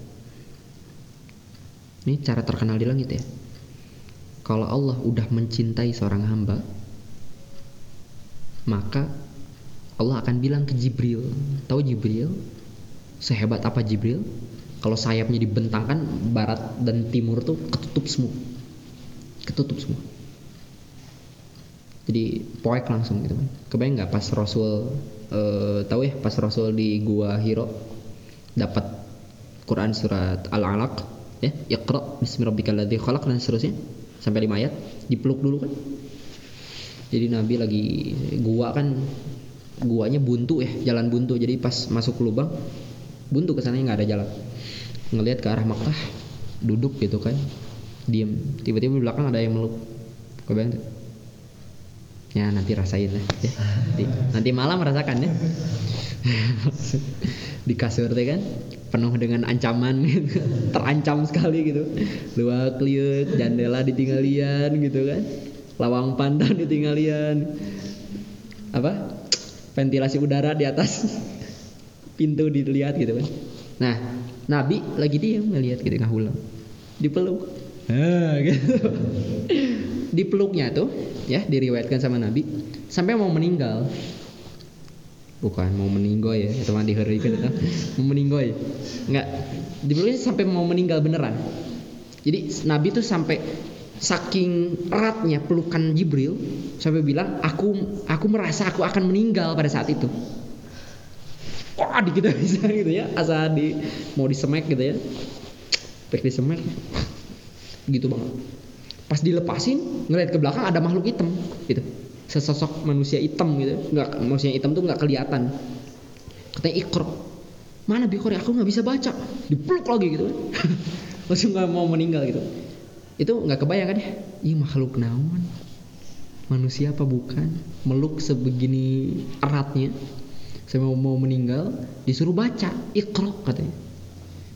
Speaker 1: ini cara terkenal di langit ya. Kalau Allah udah mencintai seorang hamba, maka Allah akan bilang ke Jibril. Tahu Jibril? Sehebat apa Jibril? Kalau sayapnya dibentangkan barat dan timur tuh ketutup semua. Ketutup semua. Jadi poek langsung gitu kan. Kebayang nggak pas Rasul uh, tahu ya pas Rasul di Gua Hiro dapat Quran surat Al-Alaq ya, Iqra bismi rabbikal ladzi khalaq dan seterusnya sampai lima ayat, dipeluk dulu kan. Jadi Nabi lagi gua kan guanya buntu ya, jalan buntu. Jadi pas masuk ke lubang buntu kesananya nggak ada jalan. Ngelihat ke arah Makkah, duduk gitu kan, diem. Tiba-tiba di belakang ada yang meluk. Kebayang tuh? Ya nanti rasain lah ya. Nanti, nanti malam merasakan ya. Di kasur teh kan penuh dengan ancaman gitu. Terancam sekali gitu. Luak liuk, jendela ditinggalian gitu kan. Lawang pandan ditinggalian. Apa? Ventilasi udara di atas pintu dilihat gitu kan. Nah, Nabi lagi diam ngelihat gitu ngahulang. Dipeluk. Ah gitu. Dipeluknya tuh ya diriwayatkan sama Nabi sampai mau meninggal. Bukan mau meninggoy ya, itu mah diherikan itu. Mau meninggoy. Enggak. Dipeluknya sampai mau meninggal beneran. Jadi Nabi tuh sampai saking eratnya pelukan Jibril sampai bilang aku aku merasa aku akan meninggal pada saat itu. Wah, di kita bisa gitu ya, asa di mau disemek gitu ya. Pek disemek. Gitu banget. Pas dilepasin ngeliat ke belakang ada makhluk hitam gitu, sesosok manusia hitam gitu, nggak, manusia hitam tuh nggak kelihatan. Katanya Iqra, mana Iqra, aku nggak bisa baca, dipeluk lagi gitu. Langsung nggak mau meninggal gitu. Itu nggak kebayang kan ya, ini makhluk naon, manusia apa bukan, meluk sebegini eratnya, saya mau mau meninggal disuruh baca Iqra katanya.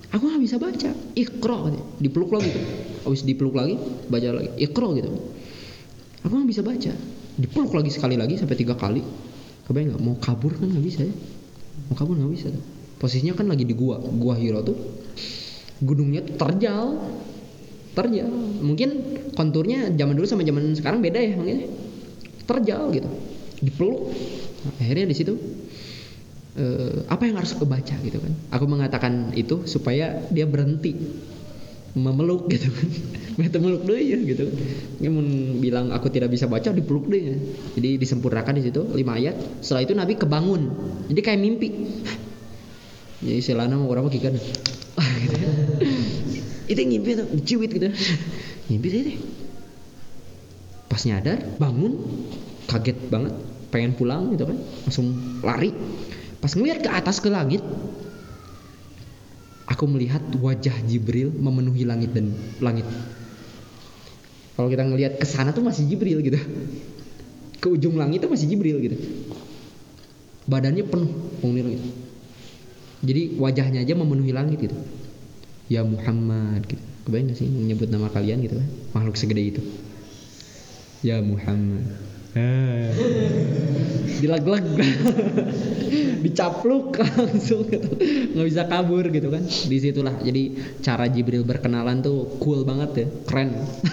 Speaker 1: Aku nggak bisa baca. Iqra, dipeluk lagi tuh. Habis dipeluk lagi, baca lagi. Iqra gitu. Aku nggak bisa baca. Dipeluk lagi sekali lagi sampai tiga kali. Kebayang nggak? Mau kabur kan nggak bisa ya? Mau kabur nggak bisa tuh. Posisinya kan lagi di gua, gua Hira tuh. Gunungnya tuh terjal, terjal. Mungkin konturnya zaman dulu sama zaman sekarang beda ya, mungkin. Terjal gitu. Dipeluk. Nah, akhirnya di situ. Uh, apa yang harus kebaca gitu kan? Aku mengatakan itu supaya dia berhenti memeluk gitu kan. Betul meluk deh ya gitu. Dia mau bilang aku tidak bisa baca, dipeluk deh ya. Jadi disempurnakan di situ lima ayat. Setelah itu Nabi kebangun. Jadi kayak mimpi. Jadi selana mau orang kikan. Gitu ya. Itu ngimpi tuh, ciwit gitu. Ngimpi sih. Pas nyadar, bangun, kaget banget, pengen pulang gitu kan. Langsung lari. Pas ngeliat ke atas ke langit, aku melihat wajah Jibril memenuhi langit dan langit. Kalau kita ngelihat ke sana tuh masih Jibril gitu. Ke ujung langit tuh masih Jibril gitu. Badannya penuh penuh langit. Jadi wajahnya aja memenuhi langit gitu. Ya Muhammad gitu. Kebayang gak sih menyebut nama kalian gitu kan? Makhluk segede itu. Ya Muhammad. Dilag-lag. Dicapluk langsung gitu. Nggak bisa kabur gitu kan. Disitulah jadi cara Jibril berkenalan tuh cool banget ya. Keren.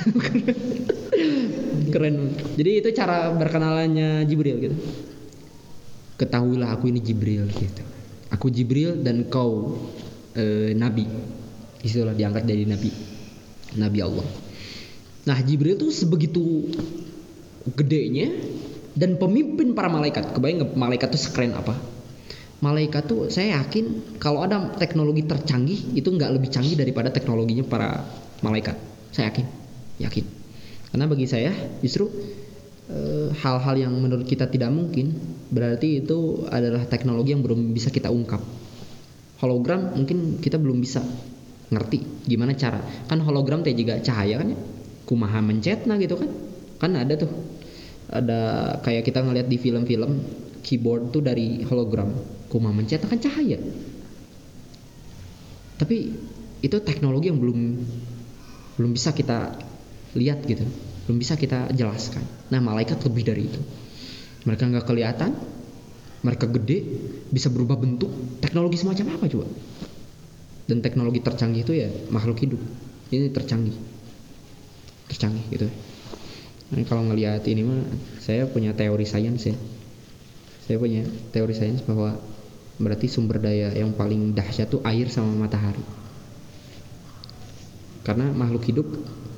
Speaker 1: Keren. Jadi itu cara berkenalannya Jibril gitu. Ketahuilah aku ini Jibril gitu. Aku Jibril dan kau e, Nabi. Disitulah diangkat jadi Nabi. Nabi Allah. Nah Jibril tuh sebegitu gedenya dan pemimpin para malaikat. Kebayang nggak malaikat tuh sekeren apa? Malaikat tuh saya yakin kalau ada teknologi tercanggih itu nggak lebih canggih daripada teknologinya para malaikat. Saya yakin, yakin. Karena bagi saya justru e, hal-hal yang menurut kita tidak mungkin berarti itu adalah teknologi yang belum bisa kita ungkap. Hologram mungkin kita belum bisa ngerti gimana cara. Kan hologram teh juga cahaya kan ya. Kumaha mencetna gitu kan. Kan ada tuh. Ada kayak kita ngelihat di film-film keyboard tuh dari hologram. Kumaha mencetna kan cahaya. Tapi itu teknologi yang belum belum bisa kita lihat gitu. Belum bisa kita jelaskan. Nah, malaikat lebih dari itu. Mereka enggak kelihatan. Mereka gede, bisa berubah bentuk. Teknologi semacam apa coba? Dan teknologi tercanggih itu ya makhluk hidup. Ini tercanggih. Tercanggih gitu. Nah, kalau ngelihat ini mah saya punya teori sains ya. Saya punya teori sains bahwa berarti sumber daya yang paling dahsyat tuh air sama matahari. Karena makhluk hidup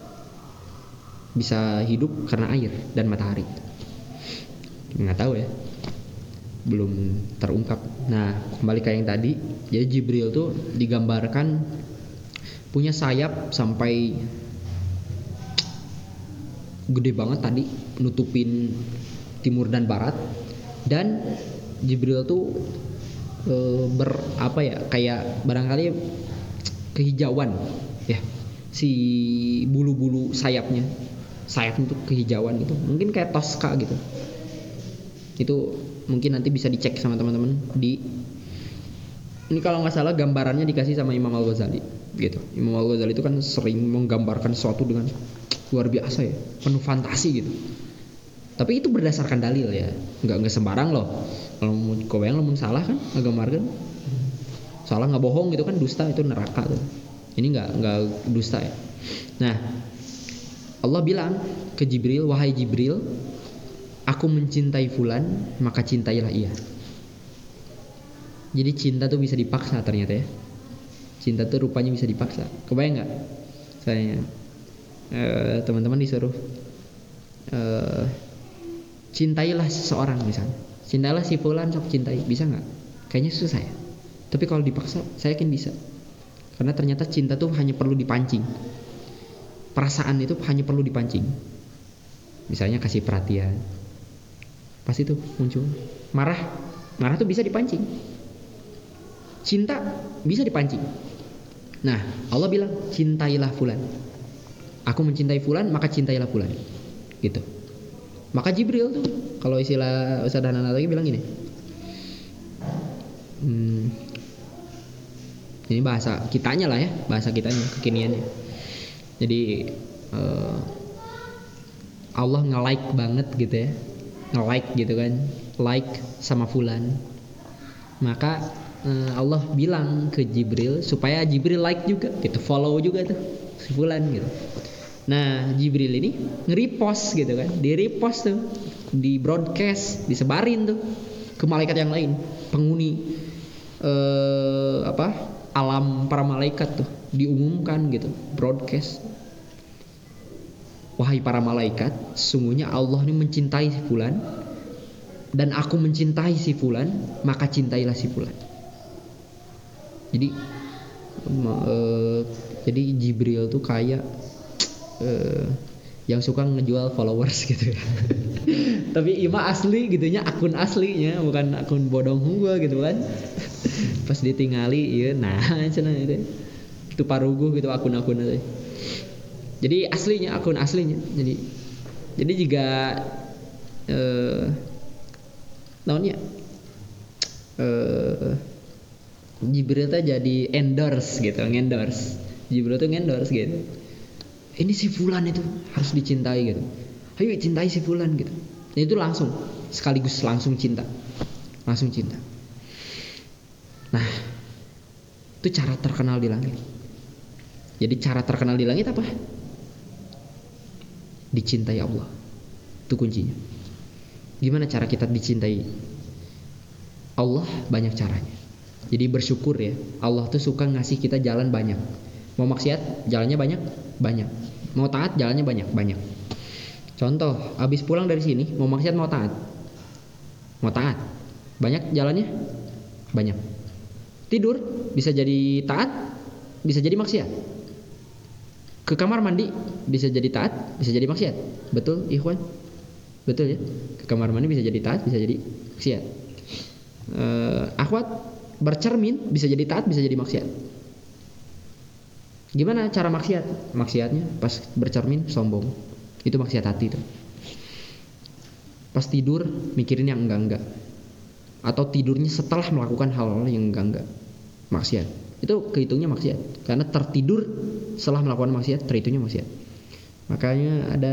Speaker 1: bisa hidup karena air dan matahari. Nggak tahu ya. Belum terungkap. Nah, kembali ke yang tadi, jadi Jibril tuh digambarkan punya sayap sampai gede banget tadi, nutupin timur dan barat. Dan Jibril tuh e, ber apa ya, kayak barangkali kehijauan ya, si bulu-bulu sayapnya, sayapnya tuh kehijauan gitu, mungkin kayak Tosca gitu. Itu mungkin nanti bisa dicek sama teman-teman di ini kalau nggak salah gambarannya dikasih sama Imam Al-Ghazali gitu. Imam Al-Ghazali itu kan sering menggambarkan sesuatu dengan luar biasa ya, penuh fantasi gitu. Tapi itu berdasarkan dalil ya, nggak nggak sembarang loh. Kalau mau kau yang mau salah kan, nggambarkan salah nggak bohong gitu kan, dusta itu neraka tuh. Ini nggak nggak dusta ya. Nah, Allah bilang ke Jibril, wahai Jibril, aku mencintai fulan, maka cintailah ia. Jadi cinta tuh bisa dipaksa ternyata ya. Cinta tuh rupanya bisa dipaksa. Kebayang nggak? Saya uh, teman-teman disuruh uh, cintailah seseorang misalnya. Cintailah si fulan, sok cintai. Bisa nggak? Kayaknya susah ya. Tapi kalau dipaksa, saya yakin bisa. Karena ternyata cinta tuh hanya perlu dipancing. Perasaan itu hanya perlu dipancing. Misalnya kasih perhatian. Pasti tuh muncul. Marah. Marah tuh bisa dipancing. Cinta bisa dipancing. Nah, Allah bilang, cintailah fulan. Aku mencintai fulan, maka cintailah fulan. Gitu. Maka Jibril tuh, kalau istilah Ustaz Hanan lagi bilang gini. Hmm, Ini bahasa kitanya lah ya, bahasa kitanya kekiniannya. Jadi uh, Allah nge-like banget gitu ya, nge-like gitu kan, like sama fulan. Maka uh, Allah bilang ke Jibril supaya Jibril like juga, gitu, follow juga tuh si fulan gitu. Nah Jibril ini nge-repost gitu kan, di-repost tuh, di broadcast, disebarin tuh ke malaikat yang lain, penghuni eh, apa alam para malaikat tuh, diumumkan gitu, broadcast. Wahai para malaikat, sungguhnya Allah ini mencintai si fulan dan aku mencintai si fulan, maka cintailah si fulan. Jadi eh, jadi Jibril tuh kayak eh, yang suka ngejual followers gitu ya. Tapi ima asli gitunya, akun aslinya, bukan akun bodong gua gitu kan. Pas ditingali iya nah cenah itu. Itu paruguh gitu akun-akun itu. Jadi aslinya, akun aslinya. Jadi jadi jika eh naonnya eh Jibril tuh jadi endorse gitu, endorse. Jibril tuh endorse gitu. Ini si fulan itu harus dicintai gitu. Ayo cintai si fulan gitu. Dan itu langsung sekaligus langsung cinta. Langsung cinta. Nah, itu cara terkenal di langit. Jadi cara terkenal di langit apa? Dicintai Allah. Itu kuncinya. Gimana cara kita dicintai Allah? Banyak caranya. Jadi bersyukur ya. Allah tuh suka ngasih kita jalan banyak. Mau maksiat jalannya banyak, banyak. Mau taat jalannya banyak, banyak. Contoh, abis pulang dari sini mau maksiat mau taat, mau taat, banyak jalannya, banyak. Tidur bisa jadi taat, bisa jadi maksiat. Ke kamar mandi bisa jadi taat, bisa jadi maksiat. Betul, ikhwan? Betul ya. Ke kamar mandi bisa jadi taat, bisa jadi maksiat. Uh, akhwat bercermin bisa jadi taat, bisa jadi maksiat. Gimana cara maksiat? Maksiatnya pas bercermin sombong. Itu maksiat hati tuh. Pas tidur mikirin yang enggak-enggak. Atau tidurnya setelah melakukan hal-hal yang enggak-enggak. Maksiat. Itu kehitungnya maksiat. Karena tertidur setelah melakukan maksiat, terhitungnya maksiat. Makanya ada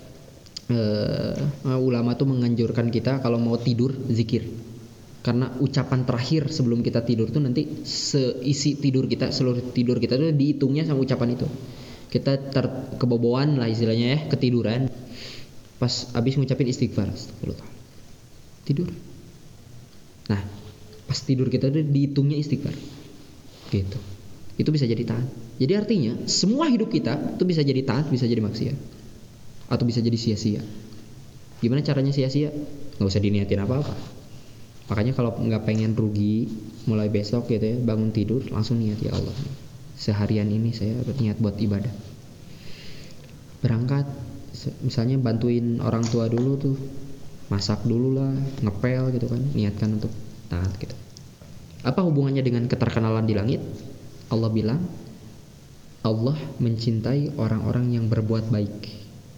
Speaker 1: uh, ulama tuh menganjurkan kita kalau mau tidur zikir. Karena ucapan terakhir sebelum kita tidur tuh nanti seisi tidur kita, seluruh tidur kita tuh dihitungnya sama ucapan itu. Kita ter keboboan lah istilahnya ya, ketiduran. Pas habis ngucapin istighfar, astagfirullah. Tidur. Nah, pas tidur kita tuh dihitungnya istighfar. Gitu. Itu bisa jadi taat. Jadi artinya semua hidup kita tuh bisa jadi taat, bisa jadi maksiat. Atau bisa jadi sia-sia. Gimana caranya sia-sia? Gak usah diniatin apa-apa. Makanya kalau nggak pengen rugi, mulai besok gitu ya, bangun tidur langsung niat, ya Allah, seharian ini saya berniat buat ibadah. Berangkat, misalnya bantuin orang tua dulu tuh, masak dulu lah, ngepel gitu kan, niatkan untuk taat gitu. Apa hubungannya dengan keterkenalan di langit? Allah bilang, Allah mencintai orang-orang yang berbuat baik.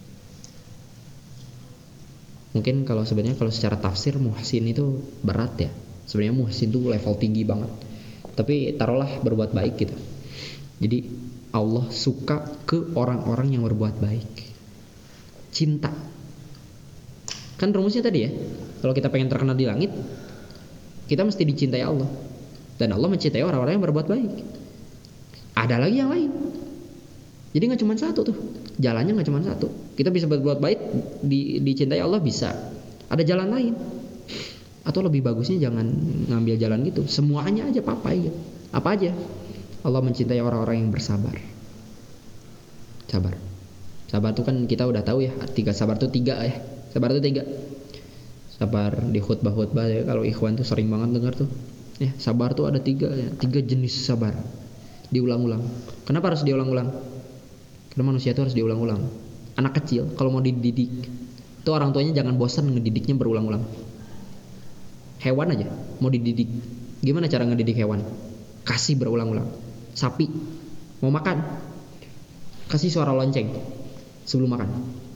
Speaker 1: Mungkin kalau sebenarnya kalau secara tafsir muhsin itu berat ya. Sebenarnya muhsin itu level tinggi banget. Tapi taruhlah berbuat baik gitu. Jadi Allah suka ke orang-orang yang berbuat baik. Cinta. Kan rumusnya tadi ya. Kalau kita pengen terkenal di langit, kita mesti dicintai Allah. Dan Allah mencintai orang-orang yang berbuat baik. Ada lagi yang lain. Jadi gak cuma satu tuh. Jalannya gak cuma satu. Kita bisa berbuat baik, di, dicintai Allah bisa. Ada jalan lain. Atau lebih bagusnya jangan ngambil jalan gitu. Semuanya aja papai gitu. Apa aja? Allah mencintai orang-orang yang bersabar. Sabar. Sabar tuh kan kita udah tahu ya. Tiga sabar tuh tiga ya. Sabar tuh tiga. Sabar di khutbah-khutbah ya. Kalau ikhwan tuh sering banget dengar tuh. Ya, sabar tuh ada tiga ya. Tiga jenis sabar. Diulang-ulang. Kenapa harus diulang-ulang? Karena manusia itu harus diulang-ulang. Anak kecil kalau mau dididik, itu orang tuanya jangan bosan ngedidiknya berulang-ulang. Hewan aja mau dididik, gimana cara ngedidik hewan? Kasih berulang-ulang. Sapi mau makan, kasih suara lonceng sebelum makan.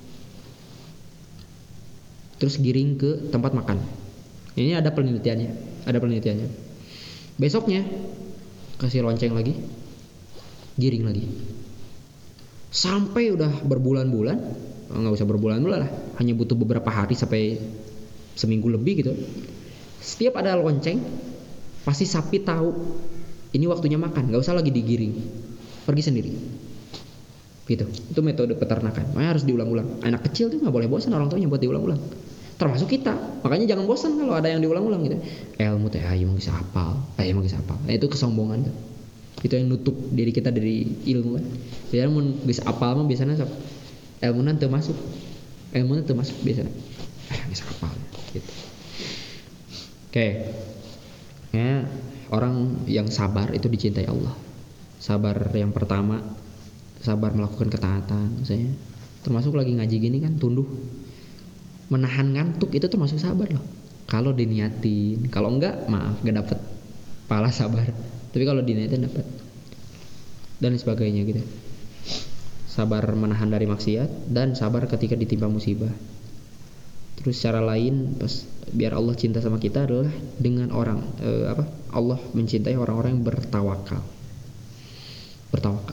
Speaker 1: Terus giring ke tempat makan. Ini ada penelitiannya, ada penelitiannya. Besoknya kasih lonceng lagi, giring lagi. Sampai udah berbulan-bulan, nggak usah berbulan-bulan lah, hanya butuh beberapa hari sampai seminggu lebih gitu. Setiap ada lonceng, pasti sapi tahu ini waktunya makan, nggak usah lagi digiring, pergi sendiri. Gitu. Itu metode peternakan. Makanya harus diulang-ulang. Anak kecil tuh nggak boleh bosan orang tuanya buat diulang-ulang. Termasuk kita. Makanya jangan bosan kalau ada yang diulang-ulang gitu. Ilmu teh ayo bisa hafal, ayo bisa hafal. Nah, itu kesombongan kan. Itu yang nutup diri kita dari ilmu kan. Jadi mun bisa hafal mah biasanya sok ilmu teu masuk. Ilmu teu masuk biasanya. Eh bisa hafal gitu. Oke. Ya, orang yang sabar itu dicintai Allah. Sabar yang pertama, sabar melakukan ketaatan misalnya. Termasuk lagi ngaji gini kan tunduh. Menahan ngantuk itu termasuk sabar loh. Kalau diniatin, kalau enggak maaf enggak dapat pahala sabar. Tapi kalau diniatin dapat. Dan sebagainya gitu. Sabar menahan dari maksiat dan sabar ketika ditimpa musibah. Terus cara lain pas biar Allah cinta sama kita adalah dengan orang eh, apa? Allah mencintai orang-orang yang bertawakal. Bertawakal.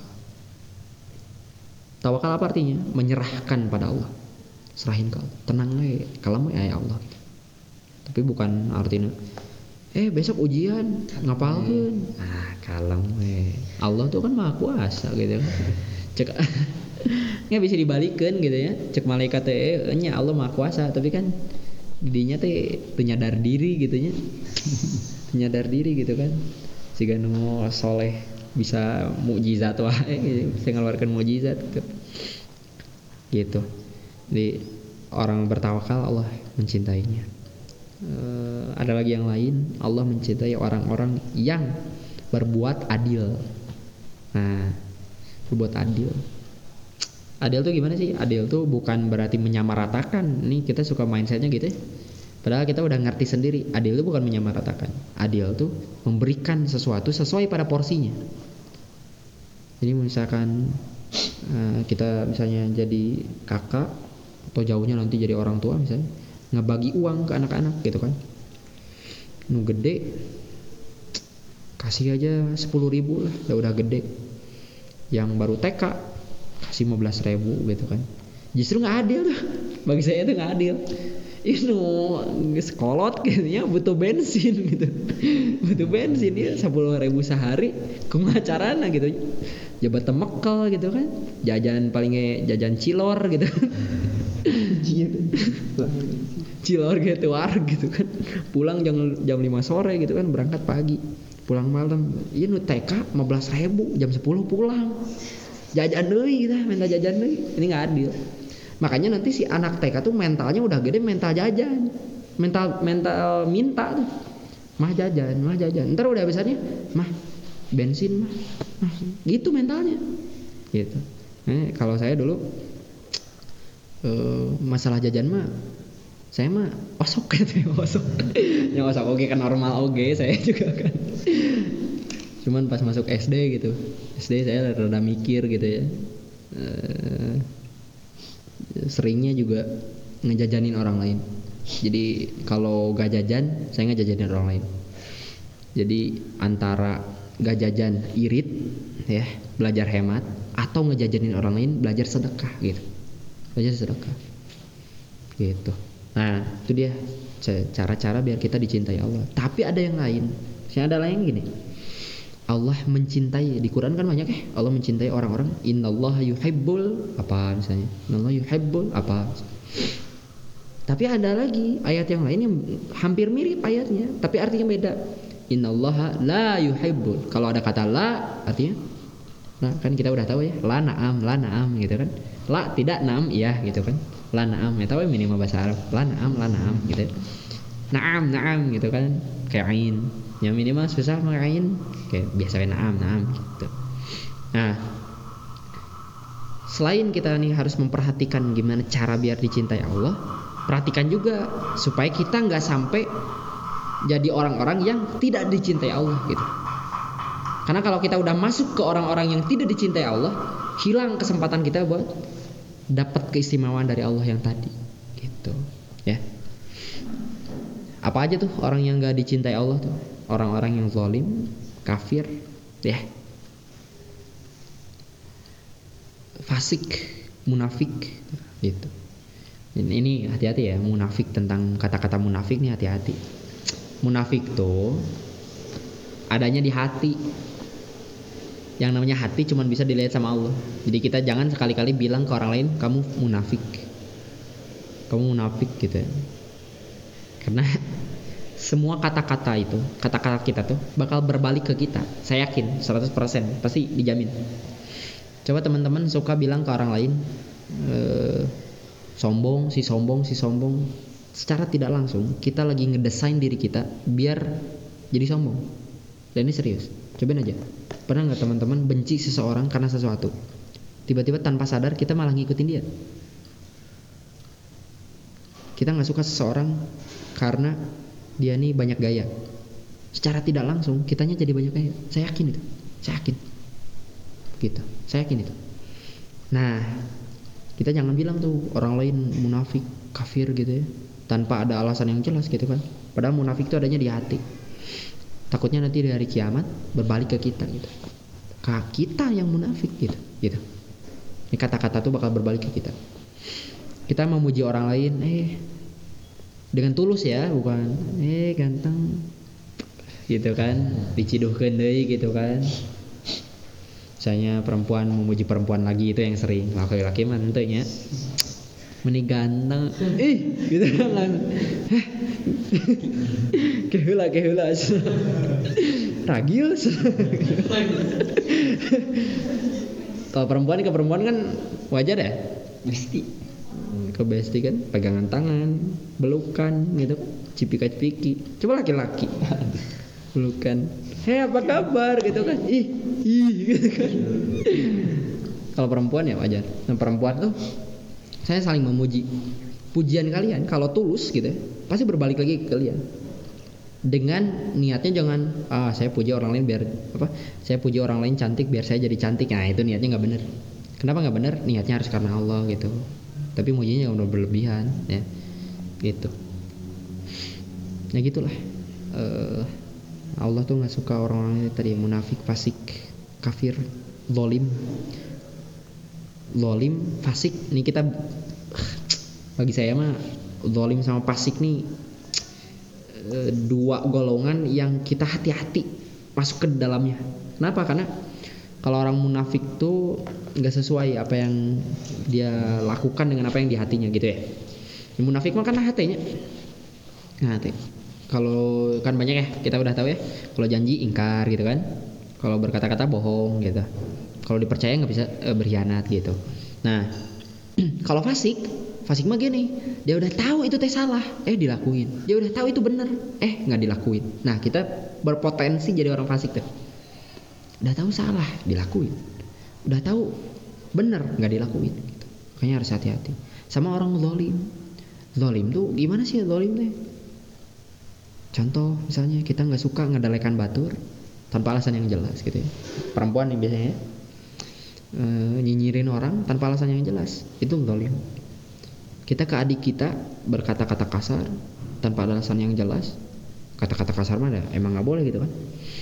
Speaker 1: Tawakal apa artinya? Menyerahkan pada Allah. Serahin ke Allah. Tenang we, kalem we aya Allah. Tapi bukan artinya eh besok ujian ngapalkeun. Ah, kalem we. Allah tuh kan Maha Kuasa gitu. Cek nggak bisa dibalikeun gitu ya. Cek malaikat teh nya Allah Maha Kuasa, tapi kan didinya teh teu nyadar diri gitu nya. Nyadar diri gitu kan. Siga nu soleh bisa mukjizat wae gitu, bisa ngeluarkan mukjizat gitu. Gitu. Jadi orang bertawakal Allah mencintainya. E, ada lagi yang lain, Allah mencintai orang-orang yang berbuat adil. Nah, berbuat adil. Adil tuh gimana sih? Adil tuh bukan berarti menyamaratakan. Nih kita suka mindsetnya gitu ya. Padahal kita udah ngerti sendiri, adil itu bukan menyamaratakan. Adil itu memberikan sesuatu sesuai pada porsinya. Jadi misalkan uh, kita misalnya jadi kakak atau jauhnya nanti jadi orang tua misalnya, ngebagi uang ke anak-anak gitu kan. Nu gede kasih aja sepuluh ribu lah, ya udah gede. Yang baru T K kasih lima belas ribu gitu kan. Justru nggak adil tuh. Bagi saya itu nggak adil. Ini sekolot kayaknya butuh bensin gitu, butuh bensin ya sepuluh ribu sehari, kumaha carana gitu, jabat temekel gitu kan, jajan palingnya jajan cilor gitu, cilor gitu war gitu kan, pulang jam jam lima sore gitu kan, berangkat pagi, pulang malam, iya nu T K lima belas ribu, jam sepuluh pulang, jajan deui gitu, minta jajan deui, ini nggak adil. Makanya nanti si anak T K tuh mentalnya udah gede, mental jajan, mental mental minta tuh, mah jajan, mah jajan. Ntar udah besarnya, mah bensin mah, mah gitu mentalnya, gitu. Nah, kalau saya dulu uh, masalah jajan mah, saya mah osok gitu, osok. Yang osok oke kan normal oke, saya juga kan. Cuman pas masuk S D gitu, S D saya rada mikir gitu ya. Uh, seringnya juga ngejajanin orang lain. Jadi kalau gak jajan, saya ngejajanin orang lain. Jadi antara gak jajan irit ya, belajar hemat, atau ngejajanin orang lain belajar sedekah gitu. Belajar sedekah. Gitu. Nah, itu dia cara-cara biar kita dicintai Allah. Tapi ada yang lain. Saya ada lain gini. Allah mencintai, di Quran kan banyak ya, Allah mencintai orang-orang, innallaha yuhibbul apa misalnya, innallaha yuhibbul apa. Tapi ada lagi ayat yang lain yang hampir mirip ayatnya, tapi artinya beda. Innallaha la yuhibbul. Kalau ada kata la artinya, nah kan kita udah tahu ya, la na'am, la na'am gitu kan. La tidak na'am iya gitu kan. La na'am, ya tahu minimal bahasa Arab. La na'am, la na'am gitu. Na'am, na'am gitu kan, kayak ain. Yang minimal susah makain kayak biasa naam naam gitu. Nah, selain kita nih harus memperhatikan gimana cara biar dicintai Allah, perhatikan juga supaya kita nggak sampai jadi orang-orang yang tidak dicintai Allah gitu. Karena kalau kita udah masuk ke orang-orang yang tidak dicintai Allah, hilang kesempatan kita buat dapat keistimewaan dari Allah yang tadi gitu ya. Apa aja tuh orang yang nggak dicintai Allah tuh? Orang-orang yang zalim, kafir, ya. Fasik, munafik gitu. Dan ini hati-hati ya, munafik, tentang kata-kata munafik nih hati-hati. Munafik tuh adanya di hati. Yang namanya hati cuman bisa dilihat sama Allah. Jadi kita jangan sekali-kali bilang ke orang lain kamu munafik. Kamu munafik gitu ya. Karena semua kata-kata itu, kata-kata kita tuh bakal berbalik ke kita. Saya yakin seratus persen pasti dijamin. Coba teman-teman suka bilang ke orang lain eh, sombong, si sombong, si sombong. Secara tidak langsung kita lagi ngedesain diri kita biar jadi sombong. Dan ini serius. Cobain aja. Pernah nggak teman-teman benci seseorang karena sesuatu? Tiba-tiba tanpa sadar kita malah ngikutin dia. Kita nggak suka seseorang karena dia nih banyak gaya. Secara tidak langsung kitanya jadi banyak gaya. Saya yakin itu. Saya yakin. Gitu. Saya yakin itu. Nah, kita jangan bilang tuh orang lain munafik, kafir gitu ya, tanpa ada alasan yang jelas gitu kan. Padahal munafik itu adanya di hati. Takutnya nanti di hari kiamat berbalik ke kita gitu. Kak kita yang munafik gitu, gitu. Ini kata-kata tuh bakal berbalik ke kita. Kita memuji orang lain, eh dengan tulus ya, bukan eh ganteng, gitu kan, diciduhkeun deui gitu kan. Misalnya perempuan memuji perempuan lagi, itu yang sering. Laki-laki mah henteu nya. Meni ganteng, ih gitu kan. Keheula keheula. Ragil. Kalau perempuan ke perempuan kan wajar ya? Besti. Ke besti kan pegangan tangan, belukan gitu, cipika-cipiki. Coba laki-laki. Belukan. Hei apa kabar gitu kan. Ih, ih gitu kan. Kalau perempuan ya wajar. Nah, perempuan tuh saya saling memuji. Pujian kalian kalau tulus gitu ya, pasti berbalik lagi ke kalian. Dengan niatnya jangan ah saya puji orang lain biar apa? Saya puji orang lain cantik biar saya jadi cantik. Nah, itu niatnya enggak benar. Kenapa enggak benar? Niatnya harus karena Allah gitu. Tapi mujinya udah berlebihan ya. Gitu. Ya gitulah. Uh, Allah tuh nggak suka orang-orang tadi munafik, fasik, kafir, zalim, zalim, fasik. Ini kita bagi saya mah zalim sama fasik nih e, dua golongan yang kita hati-hati masuk ke dalamnya. Kenapa? Karena kalau orang munafik tuh nggak sesuai apa yang dia lakukan dengan apa yang di hatinya gitu ya. Yang munafik mah kan hatinya. Nah, hati. Kalau kan banyak ya, kita udah tahu ya. Kalau janji ingkar gitu kan. Kalau berkata-kata bohong gitu. Kalau dipercaya nggak bisa e, berkhianat gitu. Nah, kalau fasik, fasik mah gini, dia udah tahu itu teh salah, eh dilakuin. Dia udah tahu itu benar, eh nggak dilakuin. Nah, kita berpotensi jadi orang fasik tuh. Udah tahu salah, dilakuin. Udah tahu benar, nggak dilakuin. Gitu. Makanya harus hati-hati. Sama orang zalim. Zalim tuh gimana sih zalim tuh? Contoh misalnya kita nggak suka ngedalekan batur tanpa alasan yang jelas gitu ya. Perempuan nih biasanya e, nyinyirin orang tanpa alasan yang jelas, itu zalim. Kita ke adik kita berkata-kata kasar tanpa alasan yang jelas, kata-kata kasar mah emang nggak boleh gitu kan?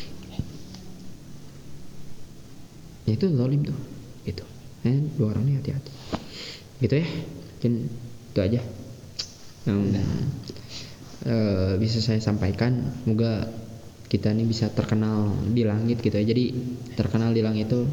Speaker 1: Ya, itu zalim tuh, gitu. Eh, dua orang ini hati-hati. Gitu ya, mungkin itu aja. Yang Uh, bisa saya sampaikan. Semoga kita ini bisa terkenal di langit gitu ya. Jadi terkenal di langit itu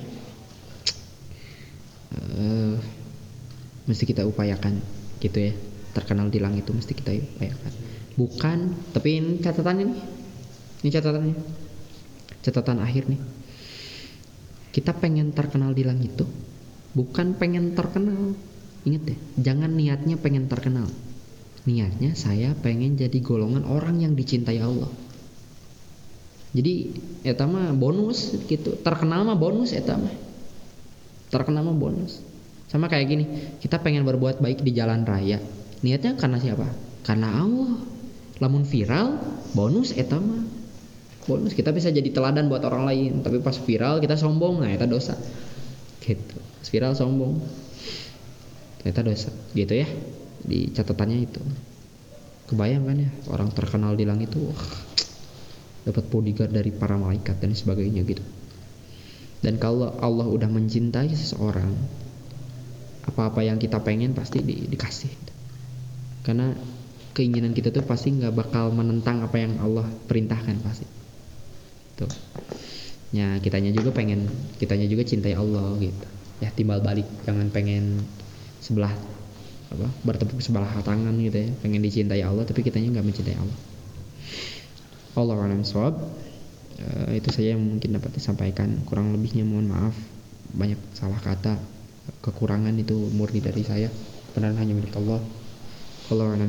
Speaker 1: uh, mesti kita upayakan gitu ya. Terkenal di langit itu mesti kita upayakan. Bukan, tapi ini catatannya nih. Ini catatannya. Catatan akhir nih. Kita pengen terkenal di langit itu bukan pengen terkenal. Ingat deh, jangan niatnya pengen terkenal. Niatnya saya pengen jadi golongan orang yang dicintai Allah. Jadi eta mah bonus gitu. Terkenal mah bonus eta mah. Terkenal mah bonus. Sama kayak gini, kita pengen berbuat baik di jalan raya. Niatnya karena siapa? Karena Allah. Lamun viral, bonus eta mah. Bonus kita bisa jadi teladan buat orang lain, tapi pas viral kita sombong, nah eta dosa. Gitu. Pas viral sombong. Eta dosa, gitu ya. Di catatannya itu kebayang kan ya, orang terkenal di langit itu wah, dapat bodyguard dari para malaikat dan sebagainya gitu. Dan kalau Allah udah mencintai seseorang, apa-apa yang kita pengen pasti di, dikasih. Karena keinginan kita tuh pasti nggak bakal menentang apa yang Allah perintahkan pasti. Tuh. Ya kitanya juga pengen, kitanya juga cintai Allah gitu. Ya timbal balik, jangan pengen sebelah apa bertepuk sebelah tangan gitu ya, pengen dicintai Allah tapi kitanya nggak mencintai Allah. Allahu a'lam bishawab. Uh, itu saja yang mungkin dapat disampaikan. Kurang lebihnya mohon maaf, banyak salah kata, kekurangan itu murni dari saya, benar hanya milik Allah. Allahu a'lam.